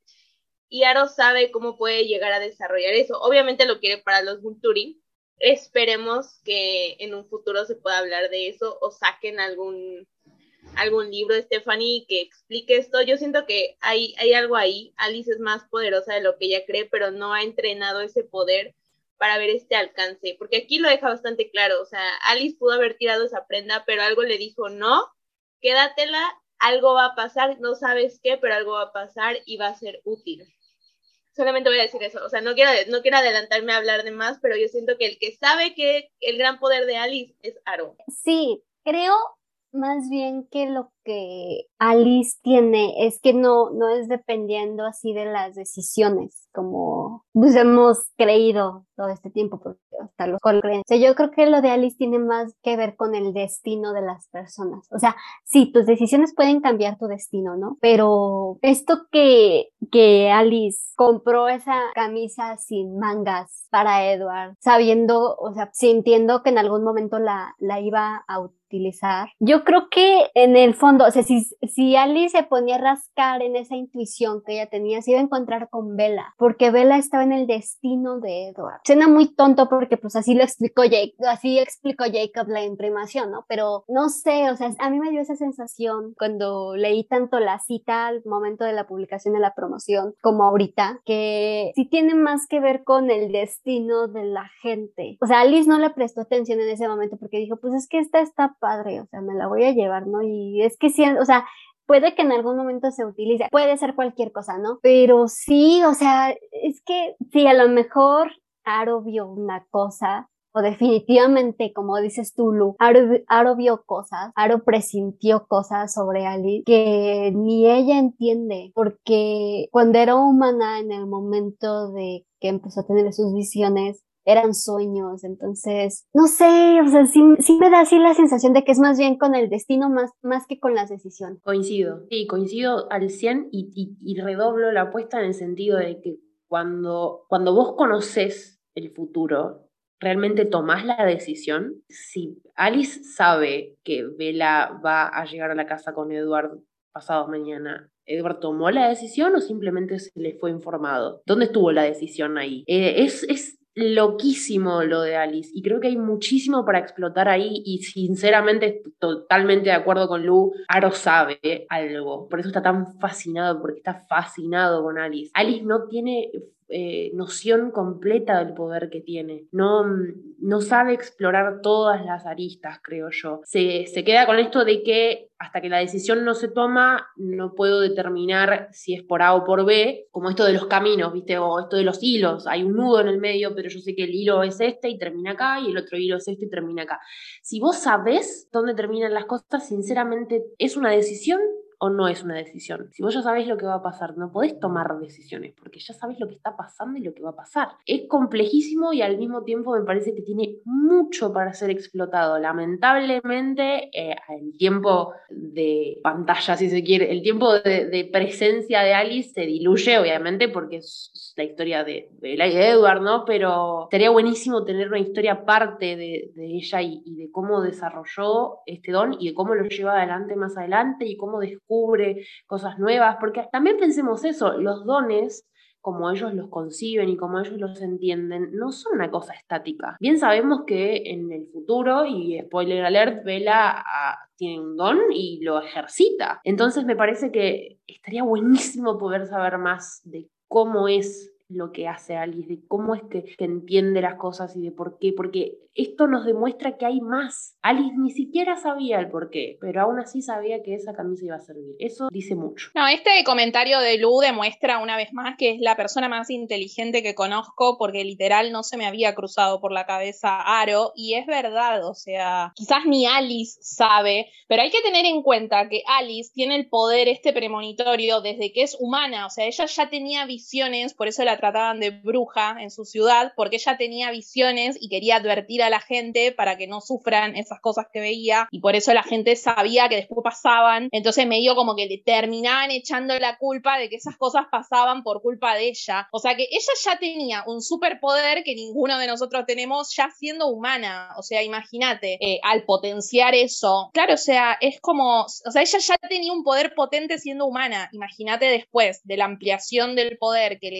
Y Aro sabe cómo puede llegar a desarrollar eso. Obviamente lo quiere para los Volturi. Esperemos que en un futuro se pueda hablar de eso o saquen algún, algún libro de Stephanie que explique esto. Yo siento que hay, hay algo ahí. Alice es más poderosa de lo que ella cree, pero no ha entrenado ese poder para ver este alcance, porque aquí lo deja bastante claro, o sea, Alice pudo haber tirado esa prenda, pero algo le dijo, no, quédatela, algo va a pasar, no sabes qué, pero algo va a pasar y va a ser útil. Solamente voy a decir eso, o sea, no quiero, no quiero adelantarme a hablar de más, pero yo siento que el que sabe que el gran poder de Alice es Aro. Sí, creo más bien que lo que Alice tiene es que no, no es dependiendo así de las decisiones, como pues hemos creído todo este tiempo, porque hasta los creen. O sea, yo creo que lo de Alice tiene más que ver con el destino de las personas. O sea, sí, tus decisiones pueden cambiar tu destino, ¿no? Pero esto que, que Alice compró esa camisa sin mangas para Edward, sabiendo, o sea, sintiendo que en algún momento la, la iba a utilizar. Yo creo que en el fondo, o sea, si, si Alice se ponía a rascar en esa intuición que ella tenía, se iba a encontrar con Bella, porque Bella estaba en el destino de Edward. Suena muy tonto porque pues así lo explicó Jake, así explicó Jacob la imprimación, ¿no? Pero no sé, o sea, a mí me dio esa sensación cuando leí tanto la cita al momento de la publicación de la promoción como ahorita, que sí tiene más que ver con el destino de la gente. O sea, Alice no le prestó atención en ese momento porque dijo, pues es que esta está padre, o sea, me la voy a llevar, ¿no? Y es que sí, o sea, puede que en algún momento se utilice, puede ser cualquier cosa, ¿no? Pero sí, o sea, es que sí, a lo mejor Aro vio una cosa, o definitivamente, como dices tú, Lu, Aro, Aro vio cosas, Aro presintió cosas sobre Alice que ni ella entiende, porque cuando era humana, en el momento de que empezó a tener sus visiones, eran sueños, entonces, no sé, o sea, sí, sí me da así la sensación de que es más bien con el destino más, más que con las decisiones. Coincido, sí, coincido al cien y, y, y redoblo la apuesta en el sentido de que cuando, cuando vos conocés el futuro, realmente tomás la decisión. Si Alice sabe que Bella va a llegar a la casa con Edward pasado mañana, ¿Edward tomó la decisión o simplemente se le fue informado? ¿Dónde estuvo la decisión ahí? Eh, es... es loquísimo lo de Alice y creo que hay muchísimo para explotar ahí y sinceramente totalmente de acuerdo con Lu, Aro sabe algo, por eso está tan fascinado, porque está fascinado con Alice. Alice no tiene eh, noción completa del poder que tiene, no, no sabe explorar todas las aristas, creo yo. Se, se queda con esto de que hasta que la decisión no se toma, no puedo determinar si es por A o por B, como esto de los caminos, ¿viste? O esto de los hilos. Hay un nudo en el medio, pero yo sé que el hilo es este y termina acá, y el otro hilo es este y termina acá. Si vos sabés dónde terminan las cosas, sinceramente, ¿es una decisión o no es una decisión? Si vos ya sabés lo que va a pasar, no podés tomar decisiones, porque ya sabés lo que está pasando y lo que va a pasar. Es complejísimo y al mismo tiempo me parece que tiene mucho para ser explotado. Lamentablemente, eh, el tiempo de pantalla, si se quiere, el tiempo de, de presencia de Alice se diluye, obviamente, porque es la historia de Bella y de Edward, ¿no? Pero estaría buenísimo tener una historia aparte de, de ella y, y de cómo desarrolló este don y de cómo lo lleva adelante más adelante y cómo descubre cosas nuevas, porque también pensemos eso, los dones, como ellos los conciben y como ellos los entienden, no son una cosa estática. Bien sabemos que en el futuro, y spoiler alert, Bella ah, tiene un don y lo ejercita. Entonces me parece que estaría buenísimo poder saber más de cómo es lo que hace Alice, de cómo es que, que entiende las cosas y de por qué, porque esto nos demuestra que hay más. Alice ni siquiera sabía el por qué, pero aún así sabía que esa camisa iba a servir. Eso dice mucho. No, este comentario de Lu demuestra una vez más que es la persona más inteligente que conozco, porque literal no se me había cruzado por la cabeza Aro, y es verdad, o sea, quizás ni Alice sabe, pero hay que tener en cuenta que Alice tiene el poder este premonitorio desde que es humana, o sea, ella ya tenía visiones, por eso la trataban de bruja en su ciudad, porque ella tenía visiones y quería advertir a la gente para que no sufran esas cosas que veía, y por eso la gente sabía que después pasaban, entonces medio como que le terminaban echando la culpa de que esas cosas pasaban por culpa de ella, o sea que ella ya tenía un superpoder que ninguno de nosotros tenemos ya siendo humana, o sea, imagínate, eh, al potenciar eso, claro, o sea, es como, o sea, ella ya tenía un poder potente siendo humana, imagínate después de la ampliación del poder que le hace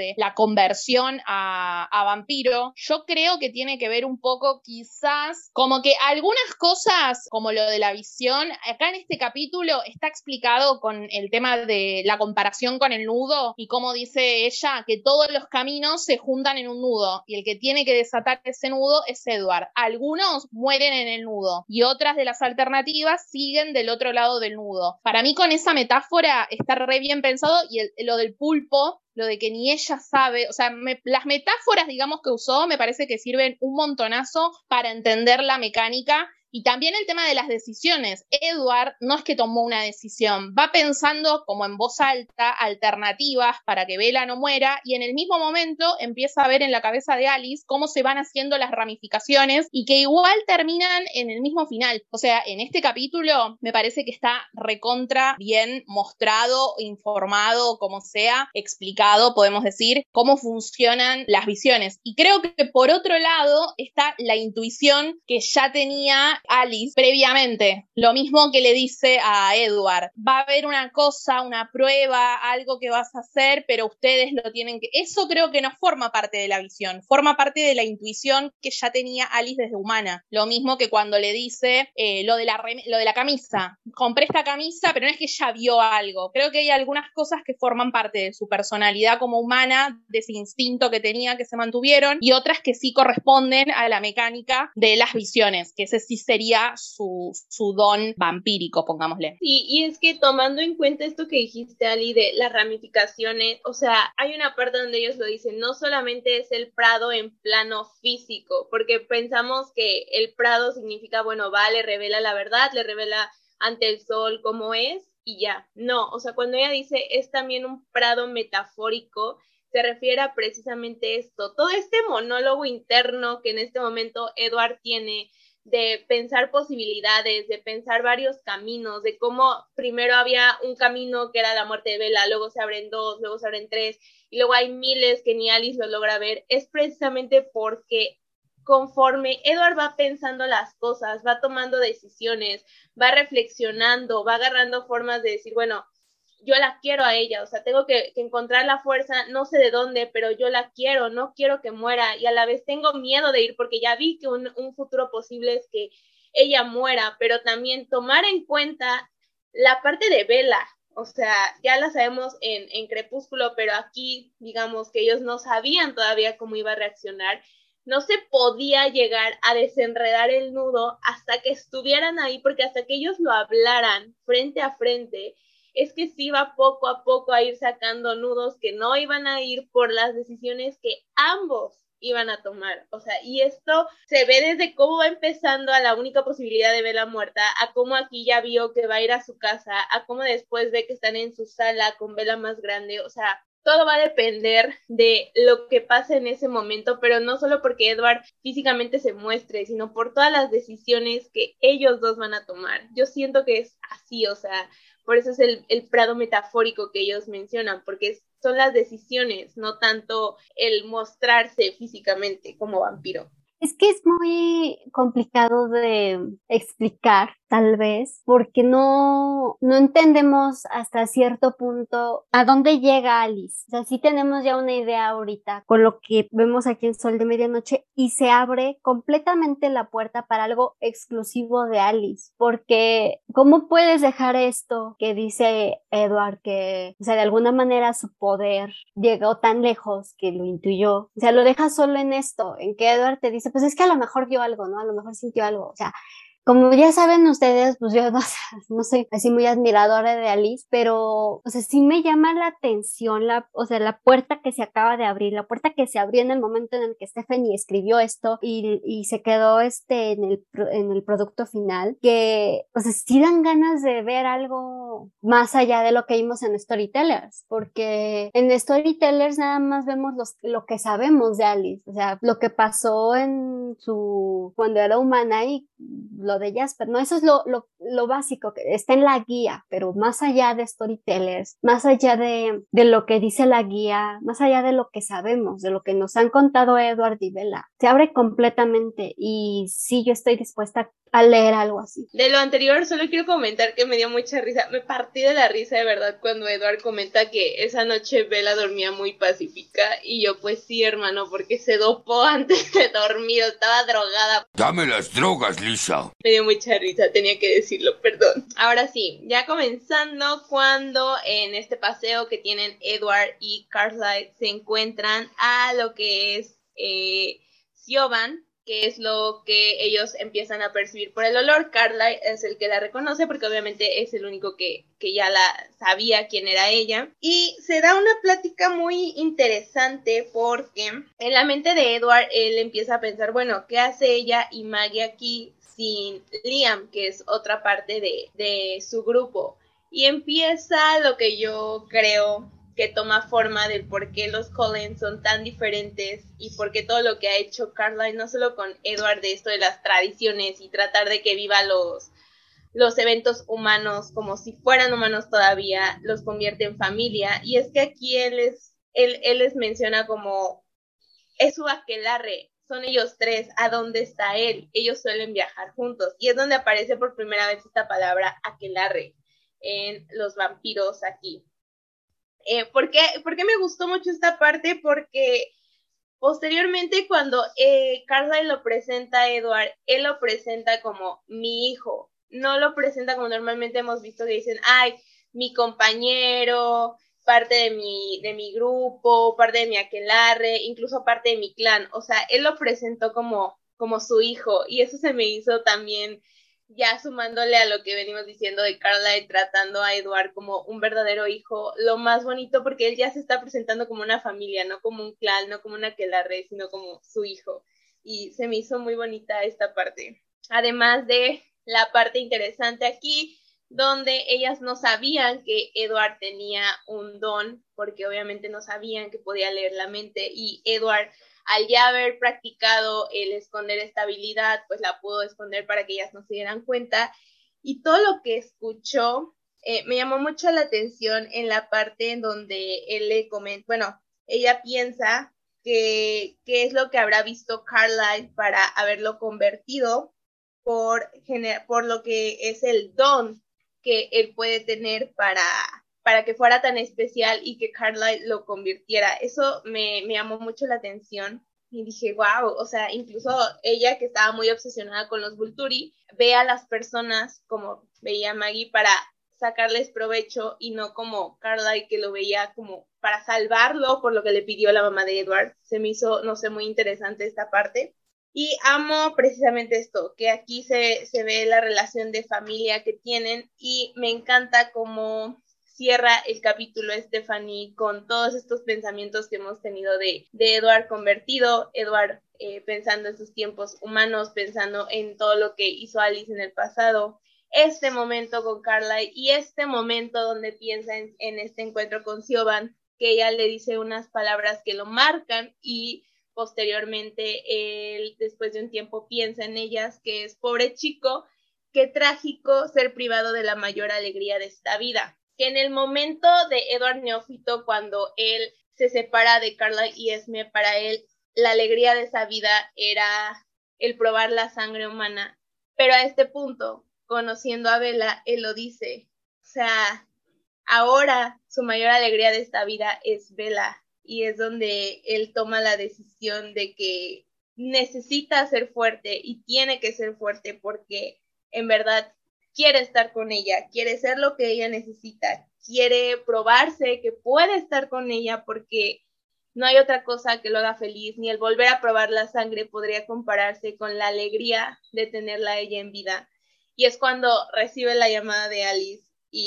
de la conversión a, a vampiro, yo creo que tiene que ver un poco quizás como que algunas cosas, como lo de la visión, acá en este capítulo está explicado con el tema de la comparación con el nudo y cómo dice ella que todos los caminos se juntan en un nudo y el que tiene que desatar ese nudo es Edward. Algunos mueren en el nudo y otras de las alternativas siguen del otro lado del nudo. Para mí con esa metáfora está re bien pensado y el, lo del pulpo, lo de que ni ella sabe, o sea, me, las metáforas, digamos, que usó me parece que sirven un montonazo para entender la mecánica. Y también el tema de las decisiones. Edward no es que tomó una decisión, va pensando como en voz alta alternativas para que Bella no muera y en el mismo momento empieza a ver en la cabeza de Alice cómo se van haciendo las ramificaciones y que igual terminan en el mismo final. O sea, en este capítulo me parece que está recontra bien mostrado, informado, como sea, explicado, podemos decir, cómo funcionan las visiones. Y creo que por otro lado está la intuición que ya tenía Alice previamente, lo mismo que le dice a Edward, va a haber una cosa, una prueba, algo que vas a hacer, pero ustedes lo tienen que... Eso creo que no forma parte de la visión, forma parte de la intuición que ya tenía Alice desde humana, lo mismo que cuando le dice eh, lo, de la rem... lo de la camisa, compré esta camisa, pero no es que ella vio algo, creo que hay algunas cosas que forman parte de su personalidad como humana, de ese instinto que tenía que se mantuvieron, y otras que sí corresponden a la mecánica de las visiones, que ese sí sería su, su don vampírico, pongámosle. Sí, y es que tomando en cuenta esto que dijiste, Ali, de las ramificaciones, o sea, hay una parte donde ellos lo dicen, no solamente es el prado en plano físico, porque pensamos que el prado significa, bueno, va, le revela la verdad, le revela ante el sol cómo es, y ya. No, o sea, cuando ella dice es también un prado metafórico, se refiere a precisamente esto, todo este monólogo interno que en este momento Edward tiene, de pensar posibilidades, de pensar varios caminos, de cómo primero había un camino que era la muerte de Bella, luego se abren dos, luego se abren tres, y luego hay miles que ni Alice lo logra ver, es precisamente porque conforme Edward va pensando las cosas, va tomando decisiones, va reflexionando, va agarrando formas de decir, bueno, yo la quiero a ella, o sea, tengo que, que encontrar la fuerza, no sé de dónde, pero yo la quiero, no quiero que muera, y a la vez tengo miedo de ir, porque ya vi que un, un futuro posible es que ella muera, pero también tomar en cuenta la parte de Bella, o sea, ya la sabemos en, en Crepúsculo, pero aquí, digamos que ellos no sabían todavía cómo iba a reaccionar, no se podía llegar a desenredar el nudo hasta que estuvieran ahí, porque hasta que ellos lo hablaran frente a frente, es que sí iba poco a poco a ir sacando nudos que no iban a ir por las decisiones que ambos iban a tomar, o sea, y esto se ve desde cómo va empezando a la única posibilidad de Bella muerta, a cómo aquí ya vio que va a ir a su casa, a cómo después ve que están en su sala con Bella más grande, o sea, todo va a depender de lo que pase en ese momento, pero no solo porque Edward físicamente se muestre, sino por todas las decisiones que ellos dos van a tomar. Yo siento que es así, o sea, por eso es el, el prado metafórico que ellos mencionan, porque son las decisiones, no tanto el mostrarse físicamente como vampiro. Es que es muy complicado de explicar, tal vez, porque no, no entendemos hasta cierto punto a dónde llega Alice. O sea, sí tenemos ya una idea ahorita con lo que vemos aquí en Sol de Medianoche y se abre completamente la puerta para algo exclusivo de Alice, porque ¿cómo puedes dejar esto que dice Edward, que, o sea, de alguna manera su poder llegó tan lejos que lo intuyó? O sea, lo dejas solo en esto, en que Edward te dice, pues es que a lo mejor vio algo, ¿no? A lo mejor sintió algo, o sea, como ya saben ustedes, pues yo no, no soy así muy admiradora de Alice, pero, o sea, sí me llama la atención, la, o sea, la puerta que se acaba de abrir, la puerta que se abrió en el momento en el que Stephanie escribió esto y, y se quedó este en el, en el producto final, que, o sea, sí dan ganas de ver algo más allá de lo que vimos en Storytellers, porque en Storytellers nada más vemos los, lo que sabemos de Alice, o sea, lo que pasó en su, cuando era humana y lo de Jasper, ¿no? Eso es lo, lo, lo básico, que está en la guía, pero más allá de Storytellers, más allá de, de lo que dice la guía, más allá de lo que sabemos, de lo que nos han contado Edward y Bella, se abre completamente y sí, yo estoy dispuesta a leer algo así. De lo anterior, solo quiero comentar que me dio mucha risa, me partí de la risa de verdad cuando Edward comenta que esa noche Bella dormía muy pacífica y yo pues sí, hermano, porque se dopó antes de dormir, estaba drogada. Dame las drogas, Lisa. Me dio mucha risa, tenía que decirlo, perdón. Ahora sí, ya comenzando cuando en este paseo que tienen Edward y Carlisle se encuentran a lo que es eh, Siobhan, que es lo que ellos empiezan a percibir por el olor. Carlisle es el que la reconoce porque obviamente es el único que, que ya la sabía quién era ella. Y se da una plática muy interesante porque en la mente de Edward él empieza a pensar, bueno, ¿qué hace ella y Maggie aquí sin Liam, que es otra parte de, de su grupo? Y empieza lo que yo creo que toma forma del por qué los Cullen son tan diferentes y por qué todo lo que ha hecho Carlisle, no solo con Edward, de esto de las tradiciones y tratar de que viva los, los eventos humanos como si fueran humanos todavía, los convierte en familia. Y es que aquí él, es, él, él les menciona como es su aquelarre, son ellos tres, ¿a dónde está él? Ellos suelen viajar juntos y es donde aparece por primera vez esta palabra aquelarre en los vampiros aquí. Eh, ¿por qué, ¿Por qué me gustó mucho esta parte? Porque posteriormente cuando eh, Carlisle lo presenta a Edward, él lo presenta como mi hijo, no lo presenta como normalmente hemos visto que dicen, ay, mi compañero, parte de mi, de mi grupo, parte de mi aquelarre, incluso parte de mi clan. O sea, él lo presentó como, como su hijo y eso se me hizo también, ya sumándole a lo que venimos diciendo de Carlisle tratando a Edward como un verdadero hijo, lo más bonito porque él ya se está presentando como una familia, no como un clan, no como una aquelarre, sino como su hijo. Y se me hizo muy bonita esta parte. Además de la parte interesante aquí, donde ellas no sabían que Edward tenía un don, porque obviamente no sabían que podía leer la mente, y Edward, al ya haber practicado el esconder esta habilidad, pues la pudo esconder para que ellas no se dieran cuenta. Y todo lo que escuchó eh, me llamó mucho la atención en la parte en donde él le comenta, bueno, ella piensa que qué es lo que habrá visto Carlisle para haberlo convertido por, gener- por lo que es el don que él puede tener para, para que fuera tan especial y que Carlisle lo convirtiera. Eso me, me llamó mucho la atención y dije, wow, o sea, incluso ella que estaba muy obsesionada con los Volturi, ve a las personas como veía Maggie para sacarles provecho y no como Carlisle que lo veía como para salvarlo por lo que le pidió la mamá de Edward. Se me hizo, no sé, muy interesante esta parte. Y amo precisamente esto, que aquí se, se ve la relación de familia que tienen y me encanta cómo cierra el capítulo Stephanie con todos estos pensamientos que hemos tenido de, de Edward convertido, Edward eh, pensando en sus tiempos humanos, pensando en todo lo que hizo Alice en el pasado, este momento con Carlisle y este momento donde piensa en, en este encuentro con Siobhan, que ella le dice unas palabras que lo marcan y posteriormente él después de un tiempo piensa en ellas, que es pobre chico, qué trágico ser privado de la mayor alegría de esta vida. Que en el momento de Edward Neófito, cuando él se separa de Carlisle y Esme, para él la alegría de esa vida era el probar la sangre humana, pero a este punto, conociendo a Bella, él lo dice, o sea, ahora su mayor alegría de esta vida es Bella. Y es donde él toma la decisión de que necesita ser fuerte y tiene que ser fuerte porque en verdad quiere estar con ella, quiere ser lo que ella necesita, quiere probarse que puede estar con ella porque no hay otra cosa que lo haga feliz, ni el volver a probar la sangre podría compararse con la alegría de tenerla a ella en vida. Y es cuando recibe la llamada de Alice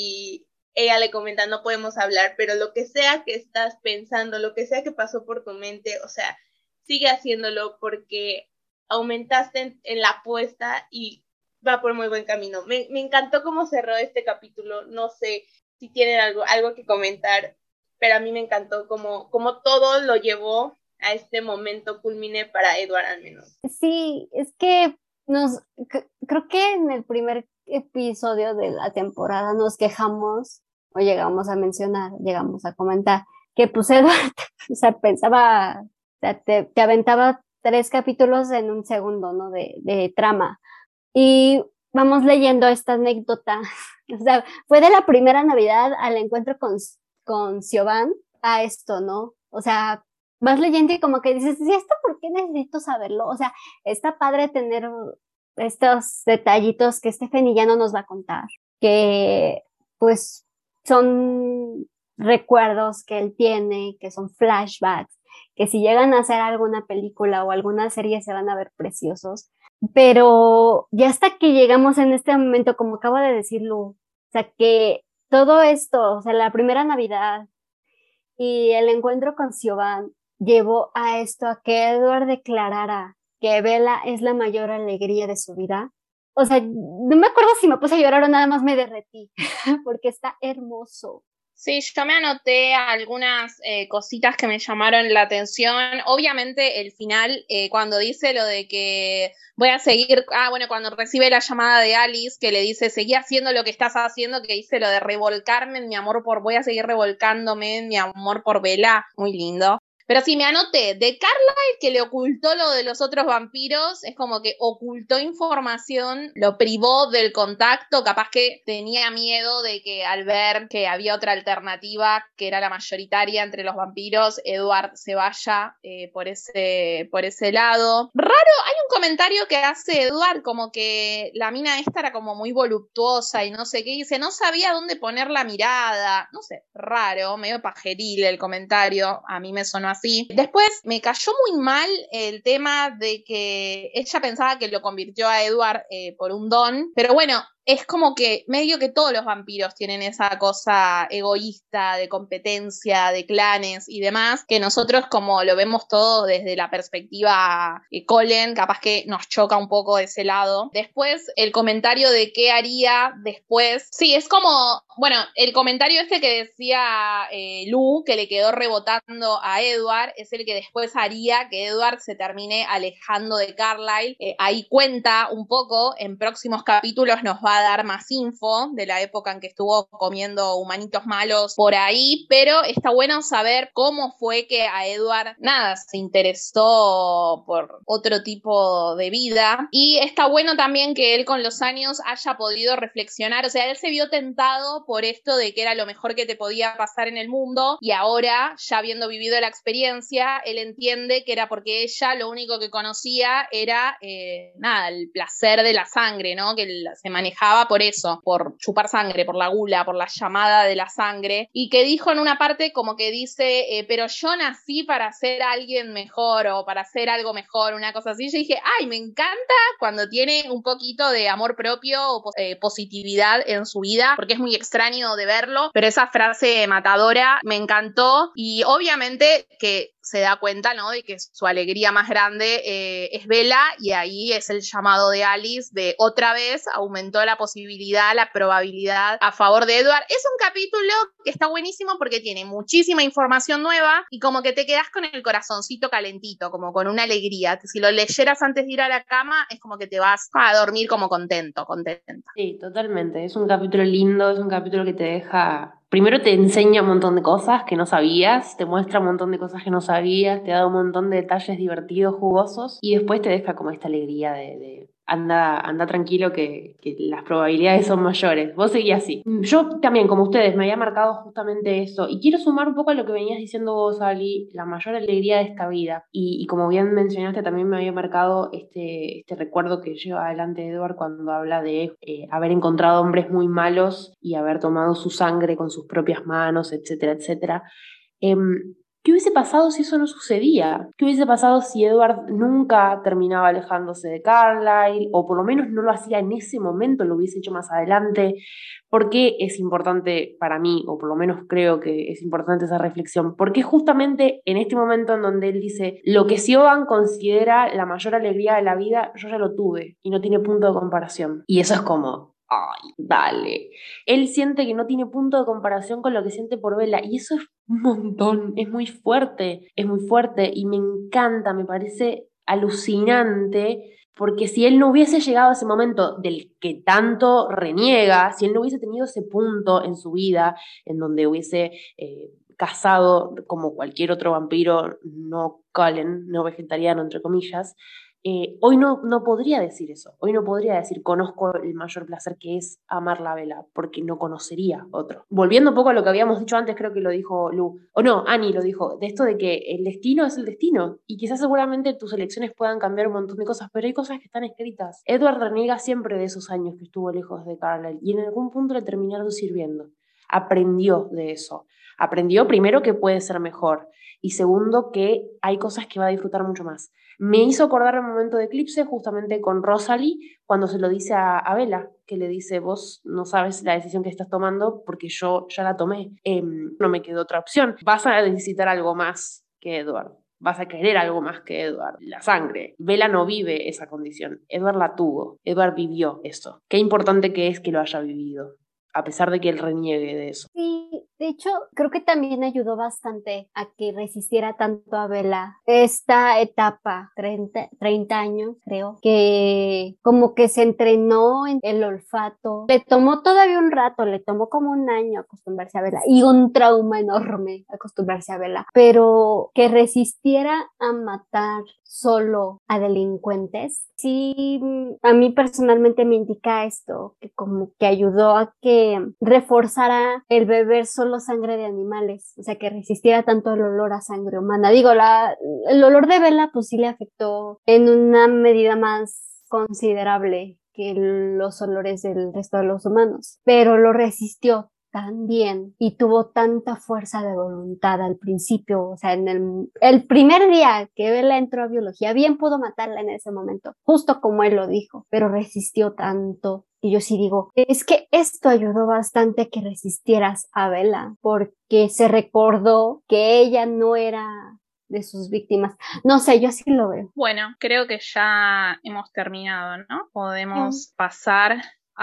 y ella le comenta, no podemos hablar, pero lo que sea que estás pensando, lo que sea que pasó por tu mente, o sea, sigue haciéndolo porque aumentaste en, en la apuesta y va por muy buen camino. Me, me encantó cómo cerró este capítulo, no sé si tienen algo, algo que comentar, pero a mí me encantó cómo, cómo todo lo llevó a este momento culmine para Edward al menos. Sí, es que nos, c- creo que en el primer episodio de la temporada nos quejamos o llegamos a mencionar, llegamos a comentar que pues Edward, o sea, pensaba, o sea, te, te aventaba tres capítulos en un segundo, ¿no? De, de trama. Y vamos leyendo esta anécdota. O sea, fue de la primera Navidad al encuentro con, con Siobhan a esto, ¿no? O sea, vas leyendo y como que dices, ¿y esto por qué necesito saberlo? O sea, está padre tener estos detallitos que Stephenie ya no nos va a contar, que pues son recuerdos que él tiene, que son flashbacks, que si llegan a hacer alguna película o alguna serie se van a ver preciosos, pero ya hasta que llegamos en este momento, como acaba de decir Lu, o sea, que todo esto, o sea, la primera Navidad y el encuentro con Siobhan llevó a esto, a que Edward declarara que Bella es la mayor alegría de su vida. O sea, no me acuerdo si me puse a llorar o nada más me derretí, porque está hermoso. Sí, yo me anoté algunas eh, cositas que me llamaron la atención. Obviamente el final, eh, cuando dice lo de que voy a seguir, ah, bueno, cuando recibe la llamada de Alice, que le dice, seguí haciendo lo que estás haciendo, que dice lo de revolcarme en mi amor por, voy a seguir revolcándome en mi amor por Bella, muy lindo. Pero sí, me anoté, de Carlisle, que le ocultó lo de los otros vampiros, es como que ocultó información, lo privó del contacto, capaz que tenía miedo de que al ver que había otra alternativa, que era la mayoritaria entre los vampiros, Edward se vaya eh, por ese, por ese lado. Raro, hay un comentario que hace Edward como que la mina esta era como muy voluptuosa y no sé qué, y dice, no sabía dónde poner la mirada, no sé, raro, medio pajeril el comentario, a mí me sonó así. Después me cayó muy mal el tema de que ella pensaba que lo convirtió a Edward eh, por un don, pero bueno, es como que medio que todos los vampiros tienen esa cosa egoísta de competencia, de clanes y demás, que nosotros como lo vemos todo desde la perspectiva de Colin, capaz que nos choca un poco de ese lado. Después el comentario de qué haría después, sí, es como, bueno, el comentario este que decía eh, Lu, que le quedó rebotando a Edward, es el que después haría que Edward se termine alejando de Carlisle. Eh, ahí cuenta un poco, en próximos capítulos nos va a dar más info de la época en que estuvo comiendo humanitos malos por ahí, pero está bueno saber cómo fue que a Edward, nada, se interesó por otro tipo de vida, y está bueno también que él con los años haya podido reflexionar, o sea, él se vio tentado por esto de que era lo mejor que te podía pasar en el mundo, y ahora, ya habiendo vivido la experiencia, él entiende que era porque ella lo único que conocía era, eh, nada, el placer de la sangre, ¿no? Que se manejaba por eso, por chupar sangre, por la gula, por la llamada de la sangre, y que dijo en una parte como que dice, eh, pero yo nací para ser alguien mejor o para hacer algo mejor, una cosa así. Yo dije, ay, me encanta cuando tiene un poquito de amor propio o eh, positividad en su vida, porque es muy extraño de verlo, pero esa frase matadora me encantó, y obviamente que se da cuenta, ¿no?, de que su alegría más grande eh, es Bella, y ahí es el llamado de Alice de otra vez aumentó la posibilidad, la probabilidad a favor de Edward. Es un capítulo que está buenísimo porque tiene muchísima información nueva y como que te quedas con el corazoncito calentito, como con una alegría. Si lo leyeras antes de ir a la cama, es como que te vas a dormir como contento, contenta. Sí, totalmente. Es un capítulo lindo, es un capítulo que te deja... Primero te enseña un montón de cosas que no sabías, te muestra un montón de cosas que no sabías, te da un montón de detalles divertidos, jugosos, y después te deja como esta alegría de... de... Anda, anda tranquilo que, que las probabilidades son mayores. Vos seguís así. Yo también, como ustedes, me había marcado justamente eso. Y quiero sumar un poco a lo que venías diciendo vos, Ali, la mayor alegría de esta vida. Y, y como bien mencionaste, también me había marcado este, este recuerdo que lleva adelante Edward cuando habla de eh, haber encontrado hombres muy malos y haber tomado su sangre con sus propias manos, etcétera, etcétera. Eh, ¿Qué hubiese pasado si eso no sucedía? ¿Qué hubiese pasado si Edward nunca terminaba alejándose de Carlisle? O por lo menos no lo hacía en ese momento, lo hubiese hecho más adelante. ¿Por qué es importante para mí, o por lo menos creo que es importante esa reflexión? Porque justamente en este momento en donde él dice, lo que Siobhan considera la mayor alegría de la vida, yo ya lo tuve y no tiene punto de comparación. Y eso es como... ay, dale. Él siente que no tiene punto de comparación con lo que siente por Bella, y eso es un montón, es muy fuerte, es muy fuerte, y me encanta, me parece alucinante, porque si él no hubiese llegado a ese momento del que tanto reniega, si él no hubiese tenido ese punto en su vida, en donde hubiese eh, cazado como cualquier otro vampiro no Cullen, no vegetariano, entre comillas, eh, hoy no, no podría decir eso. Hoy no podría decir conozco el mayor placer que es amar la vela, porque no conocería otro. Volviendo un poco a lo que habíamos dicho antes, creo que lo dijo Lu, o no, Annie lo dijo, de esto de que el destino es el destino, y quizás seguramente tus elecciones puedan cambiar un montón de cosas, pero hay cosas que están escritas. Edward reniega siempre de esos años que estuvo lejos de Carlisle, y en algún punto le terminaron sirviendo. Aprendió de eso. Aprendió primero que puede ser mejor, y segundo que hay cosas que va a disfrutar mucho más. Me hizo acordar el momento de Eclipse justamente con Rosalie cuando se lo dice a, a Bella, que le dice, vos no sabes la decisión que estás tomando porque yo ya la tomé, eh, no me quedó otra opción. Vas a necesitar algo más que Edward, vas a querer algo más que Edward, la sangre. Bella no vive esa condición, Edward la tuvo, Edward vivió eso. Qué importante que es que lo haya vivido, a pesar de que él reniegue de eso. Sí, de hecho, creo que también ayudó bastante a que resistiera tanto a Bella esta etapa, treinta, treinta años, creo, que como que se entrenó en el olfato. Le tomó todavía un rato, le tomó como un año acostumbrarse a Bella y un trauma enorme acostumbrarse a Bella, pero que resistiera a matar solo a delincuentes, sí, a mí personalmente me indica esto, que como que ayudó a que reforzara el beber solo sangre de animales, o sea, que resistiera tanto el olor a sangre humana. Digo, la, el olor de Bella pues sí le afectó en una medida más considerable que los olores del resto de los humanos, pero lo resistió tan bien y tuvo tanta fuerza de voluntad al principio, o sea, en el, el primer día que Bella entró a biología, bien pudo matarla en ese momento, justo como él lo dijo, pero resistió tanto. Y yo sí digo, es que esto ayudó bastante a que resistieras a Bella, porque se recordó que ella no era de sus víctimas. No sé, yo así lo veo. Bueno, creo que ya hemos terminado, ¿no? Podemos sí. pasar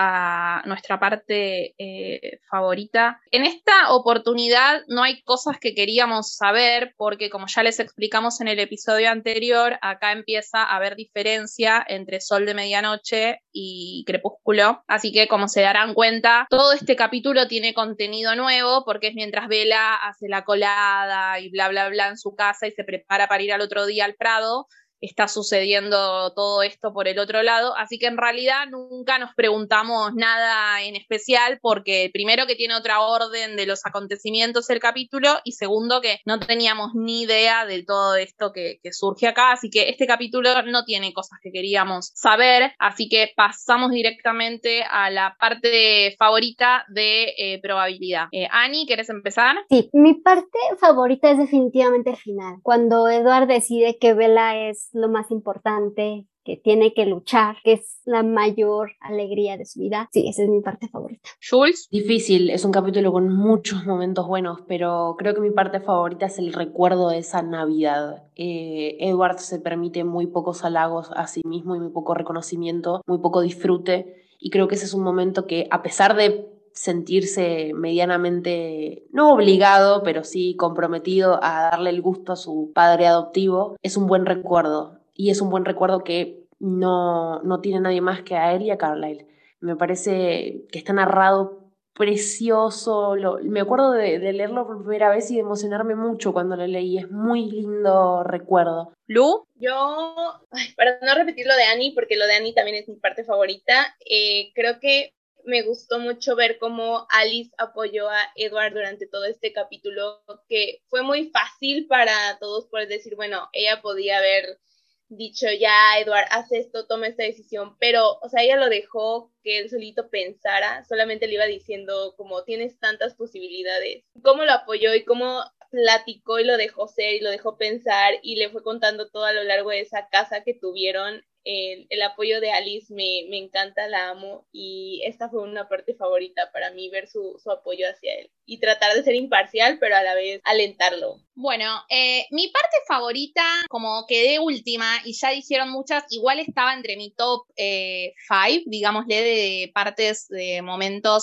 a nuestra parte eh, favorita. En esta oportunidad no hay cosas que queríamos saber porque, como ya les explicamos en el episodio anterior, acá empieza a haber diferencia entre Sol de Medianoche y Crepúsculo, así que, como se darán cuenta, todo este capítulo tiene contenido nuevo porque es mientras Bella hace la colada y bla bla bla en su casa y se prepara para ir al otro día al Prado, está sucediendo todo esto por el otro lado, así que en realidad nunca nos preguntamos nada en especial porque primero que tiene otra orden de los acontecimientos el capítulo y segundo que no teníamos ni idea de todo esto que, que surge acá, así que este capítulo no tiene cosas que queríamos saber, así que pasamos directamente a la parte favorita de eh, probabilidad. Eh, Annie, ¿quieres empezar? Sí, mi parte favorita es definitivamente el final, cuando Edward decide que Bella es lo más importante, que tiene que luchar, que es la mayor alegría de su vida. Sí, esa es mi parte favorita. Jules. Difícil, es un capítulo con muchos momentos buenos, pero creo que mi parte favorita es el recuerdo de esa Navidad. Eh, Edward se permite muy pocos halagos a sí mismo y muy poco reconocimiento, muy poco disfrute, y creo que ese es un momento que, a pesar de sentirse medianamente, no obligado, pero sí comprometido a darle el gusto a su padre adoptivo, es un buen recuerdo. Y es un buen recuerdo que no, no tiene nadie más que a él y a Carlisle. Me parece que está narrado precioso. Lo, me acuerdo de, de leerlo por primera vez y de emocionarme mucho cuando lo leí. Es muy lindo recuerdo. ¿Lu? Yo, ay, para no repetir lo de Annie, porque lo de Annie también es mi parte favorita, eh, creo que me gustó mucho ver cómo Alice apoyó a Edward durante todo este capítulo, que fue muy fácil para todos poder decir, bueno, ella podía haber dicho, ya, Edward, haz esto, toma esta decisión, pero, o sea, ella lo dejó que él solito pensara, solamente le iba diciendo como, tienes tantas posibilidades. Cómo lo apoyó y cómo platicó y lo dejó ser y lo dejó pensar y le fue contando todo a lo largo de esa casa que tuvieron. El, el apoyo de Alice me, me encanta, la amo y esta fue una parte favorita para mí, ver su, su apoyo hacia él y tratar de ser imparcial pero a la vez alentarlo. Bueno, eh, mi parte favorita, como quedé última y ya hicieron muchas, igual estaba entre mi top cinco, eh, digámosle, de partes, de momentos de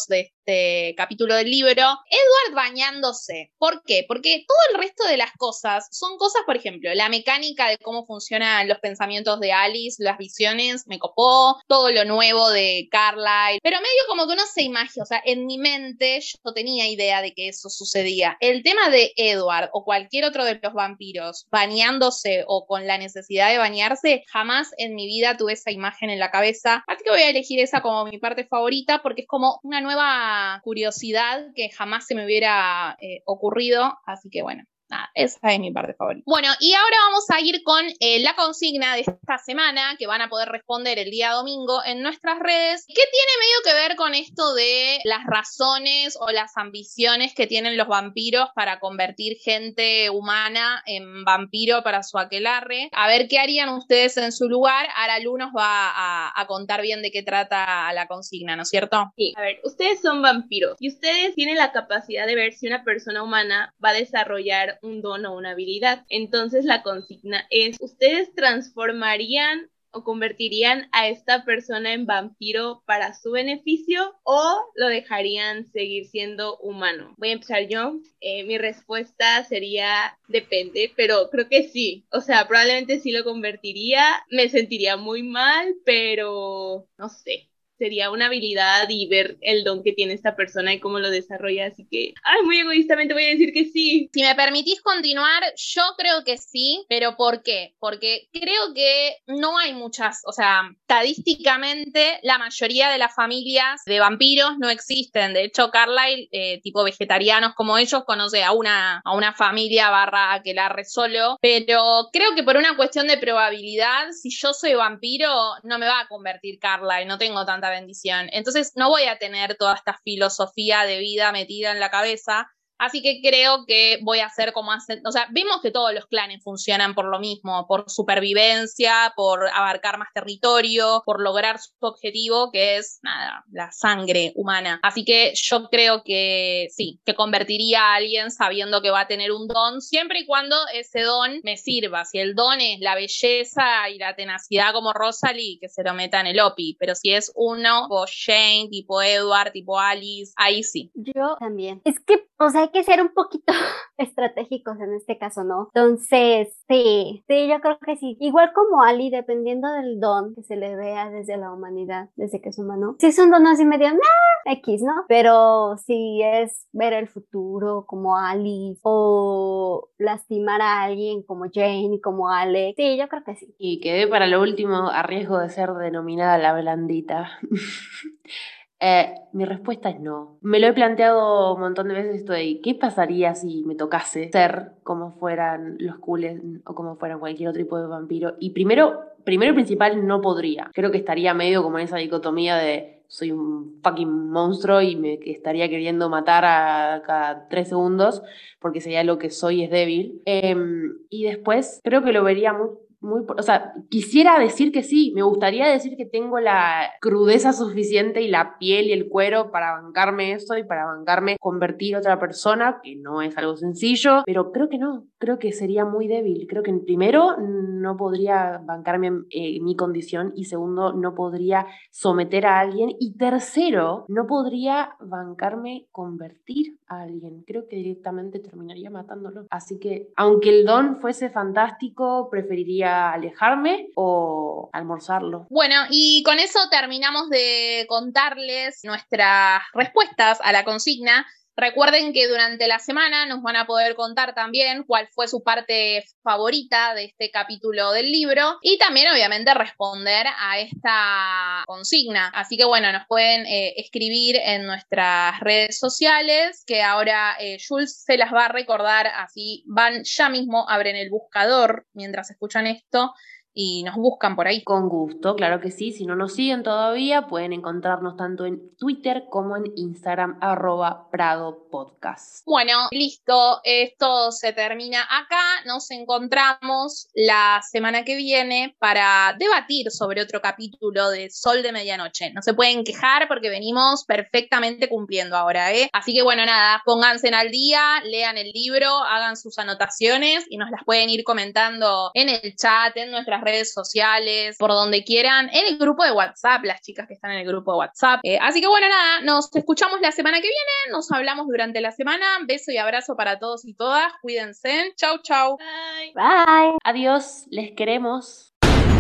este capítulo del libro, Edward bañándose. ¿Por qué? Porque todo el resto de las cosas son cosas, por ejemplo, la mecánica de cómo funcionan los pensamientos de Alice, las visiones, me copó, todo lo nuevo de Carlisle, pero medio como que uno se imagina, o sea, en mi mente yo tenía idea de que eso sucedía. El tema de Edward o cualquier otro de los vampiros bañándose o con la necesidad de bañarse, jamás en mi vida tuve esa imagen en la cabeza, así que voy a elegir esa como mi parte favorita porque es como una nueva curiosidad que jamás se me hubiera eh, ocurrido, así que bueno. Nada, esa es mi parte favorita. Bueno, y ahora vamos a ir con eh, la consigna de esta semana que van a poder responder el día domingo en nuestras redes, que tiene medio que ver con esto de las razones o las ambiciones que tienen los vampiros para convertir gente humana en vampiro para su aquelarre. A ver qué harían ustedes en su lugar. Ahora Lu nos va a, a contar bien de qué trata la consigna, ¿no es cierto? Sí, a ver, ustedes son vampiros y ustedes tienen la capacidad de ver si una persona humana va a desarrollar un don o una habilidad. Entonces la consigna es, ¿ustedes transformarían o convertirían a esta persona en vampiro para su beneficio o lo dejarían seguir siendo humano? Voy a empezar yo. Eh, mi respuesta sería depende, pero creo que sí. O sea, probablemente sí lo convertiría. Me sentiría muy mal, pero no sé. Sería una habilidad y ver el don que tiene esta persona y cómo lo desarrolla, así que, ay, muy egoístamente voy a decir que sí. Si me permitís continuar, yo creo que sí, pero ¿por qué? Porque creo que no hay muchas, o sea, estadísticamente la mayoría de las familias de vampiros no existen. De hecho, Carlisle, eh, tipo vegetarianos como ellos, conoce a una, a una familia barra aquelarre solo, pero creo que por una cuestión de probabilidad, si yo soy vampiro, no me va a convertir Carlisle, no tengo tanta bendición. Entonces no voy a tener toda esta filosofía de vida metida en la cabeza. Así que creo que voy a hacer como hacen, o sea, vemos que todos los clanes funcionan por lo mismo, por supervivencia, por abarcar más territorio, por lograr su objetivo, que es, nada, la sangre humana. Así que yo creo que sí, que convertiría a alguien sabiendo que va a tener un don, siempre y cuando ese don me sirva. Si el don es la belleza y la tenacidad como Rosalie, que se lo meta en el O P I, pero si es uno, tipo Jane, tipo Edward, tipo Alice, ahí sí. Yo también. Es que, o sea, hay que ser un poquito estratégicos en este caso, ¿no? Entonces, sí, sí, yo creo que sí. Igual como Ali, dependiendo del don que se le vea desde la humanidad, desde que es humano. Si es un don así medio, nah, X, ¿no? Pero si es ver el futuro como Ali o lastimar a alguien como Jane, como Alex, sí, yo creo que sí. Y quedé para lo último a riesgo de ser denominada la blandita. Eh, mi respuesta es no. Me lo he planteado un montón de veces esto de ¿qué pasaría si me tocase ser como fueran los Cullen o como fueran cualquier otro tipo de vampiro? Y primero, primero y principal, no podría. Creo que estaría medio como en esa dicotomía de soy un fucking monstruo y me estaría queriendo matar a cada tres segundos porque sería lo que soy, es débil. Eh, y después creo que lo vería muy Muy, o sea, quisiera decir que sí, me gustaría decir que tengo la crudeza suficiente y la piel y el cuero para bancarme eso y para bancarme convertir a otra persona, que no es algo sencillo, pero creo que no, creo que sería muy débil. Creo que primero no podría bancarme eh, mi condición y segundo no podría someter a alguien y tercero no podría bancarme convertir a alguien. Creo que directamente terminaría matándolo. Así que aunque el don fuese fantástico, preferiría alejarme o almorzarlo. Bueno, y con eso terminamos de contarles nuestras respuestas a la consigna. Recuerden que durante la semana nos van a poder contar también cuál fue su parte favorita de este capítulo del libro y también obviamente responder a esta consigna. Así que bueno, nos pueden eh, escribir en nuestras redes sociales, que ahora eh, Jules se las va a recordar, así van ya mismo, abren el buscador mientras escuchan esto y nos buscan por ahí. Con gusto, claro que sí. Si no nos siguen todavía, pueden encontrarnos tanto en Twitter como en Instagram, arroba Prado Podcast. Bueno, listo. Esto se termina acá. Nos encontramos la semana que viene para debatir sobre otro capítulo de Sol de Medianoche. No se pueden quejar porque venimos perfectamente cumpliendo ahora, ¿eh? Así que bueno, nada, pónganse al día, lean el libro, hagan sus anotaciones y nos las pueden ir comentando en el chat, en nuestras redes redes sociales, por donde quieran, en el grupo de WhatsApp, las chicas que están en el grupo de WhatsApp. Eh, así que bueno, nada, nos escuchamos la semana que viene, nos hablamos durante la semana. Beso y abrazo para todos y todas. Cuídense. Chau, chau. Bye. Bye. Adiós, les queremos.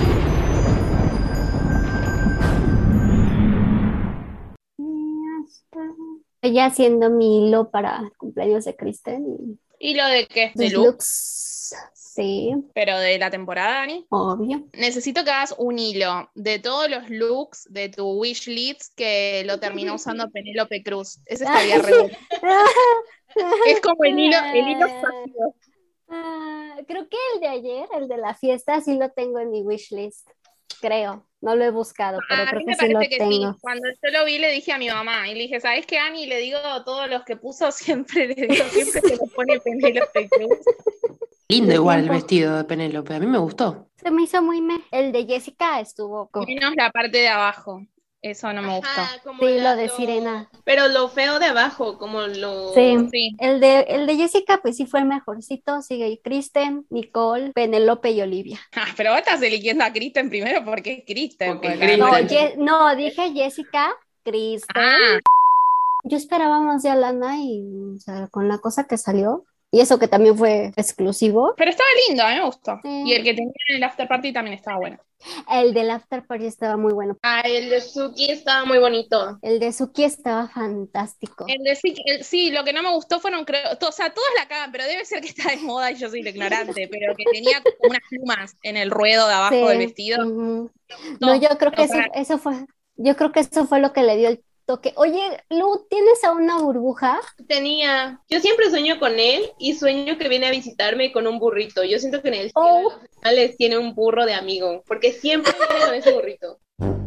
Estoy haciendo mi hilo para el cumpleaños de Kristen y ¿Y lo de qué? ¿De sus look? looks. Sí, Pero de la temporada, Dani. obvio. Necesito que hagas un hilo de todos los looks de tu wishlist que lo terminó usando Penélope Cruz. Ese estaría re bueno. Es como el hilo, el hilo fácil. Ah, creo que el de ayer, el de la fiesta, sí lo tengo en mi wishlist. Creo. No lo he buscado, pero Ah, a creo mí que me sí lo parece que sí. tengo. Cuando yo lo vi le dije a mi mamá y le dije, ¿sabes qué, Ani? Le digo a todos los que puso siempre, le digo, siempre se lo pone Penélope Cruz. Lindo igual el tiempo. vestido de Penélope, a mí me gustó. Se me hizo muy me. El de Jessica estuvo. co- Menos la parte de abajo. Eso no me gustó. Ajá, como Sí, la- lo de Sirena. Pero lo feo de abajo, como lo... Sí. Sí. El de, el de Jessica, pues sí fue el mejorcito. Sigue Kristen, Nicole, Penélope y Olivia. Ah, pero vos estás eligiendo a Kristen primero porque es Kristen. Porque es pues, la No, Kristen. verdad. Ye- no, dije Jessica, Kristen. Ah, Yo esperaba más de Alana y, o sea, con la cosa que salió. Y eso que también fue exclusivo. pero estaba lindo, a mí me gustó. Sí. Y el que tenía en el after party también estaba bueno. El del After Party estaba muy bueno. Ah, el de Suki estaba muy bonito. El de Suki estaba fantástico. El de sí, el- sí, lo que no me gustó fueron, creo, to- o sea, todos la cagan, pero debe ser que está de moda y yo soy la ignorante, pero que tenía como unas plumas en el ruedo de abajo Sí. del vestido. Ujú. No, No, yo creo que no, eso, para- eso fue, yo creo que eso fue lo que le dio el toque. Oye, Lu, ¿tienes a una burbuja? Tenía... Yo siempre sueño con él y sueño que viene a visitarme con un burrito. Yo siento que en el cielo Oh. de los animales tiene un burro de amigo, porque siempre viene con ese burrito.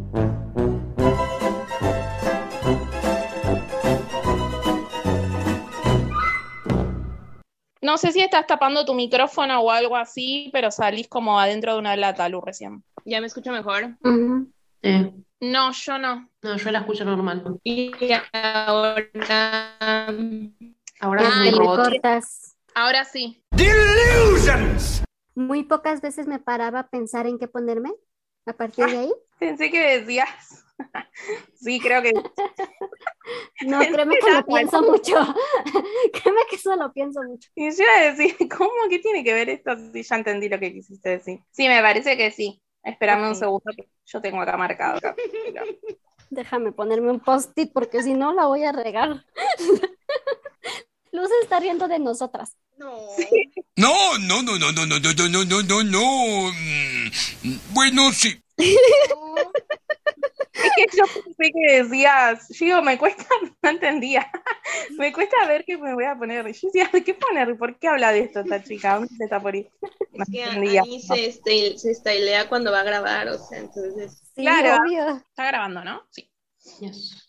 No sé si estás tapando tu micrófono o algo así, pero salís como adentro de una lata, Lu, recién. ¿Ya me escucho mejor? Ujú. Eh, No, yo no. no, yo la escucho normal. Y ahora... Ahora es Ay, muy me robot. cortas. Ahora sí. Muy pocas veces me paraba a pensar en qué ponerme a partir de ahí. Pensé que decías. Sí, creo que. No, créeme que lo pienso mucho. Créeme que eso lo pienso mucho. Y yo iba a decir, ¿cómo que tiene que ver esto? Sí, ya entendí lo que quisiste decir. Sí, me parece que sí. Espérame un Ok. segundo, que yo tengo acá marcado. Acá. Déjame ponerme un post-it porque si no la voy a regar. Luz está riendo de nosotras. No. No, no, no, no, no, no, no, no, no, no, no, no. Mm, Bueno, sí. Es que yo pensé que decías, yo digo, me cuesta, no entendía. Me cuesta ver qué me voy a poner. Yo decía, ¿qué poner? ¿Por qué habla de esto esta chica? ¿Dónde se está por ir? No Es que entendía. Ani se, este, se stylea cuando va a grabar, o sea, entonces... Sí, Claro. obvio. Está grabando, ¿no? Sí. Yes.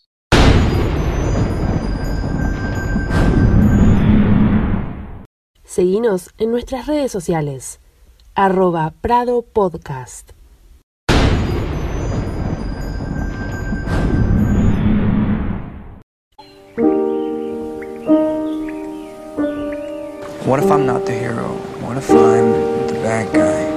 Seguinos en nuestras redes sociales, arroba Prado Podcast. What if I'm not the hero? What if I'm the bad guy?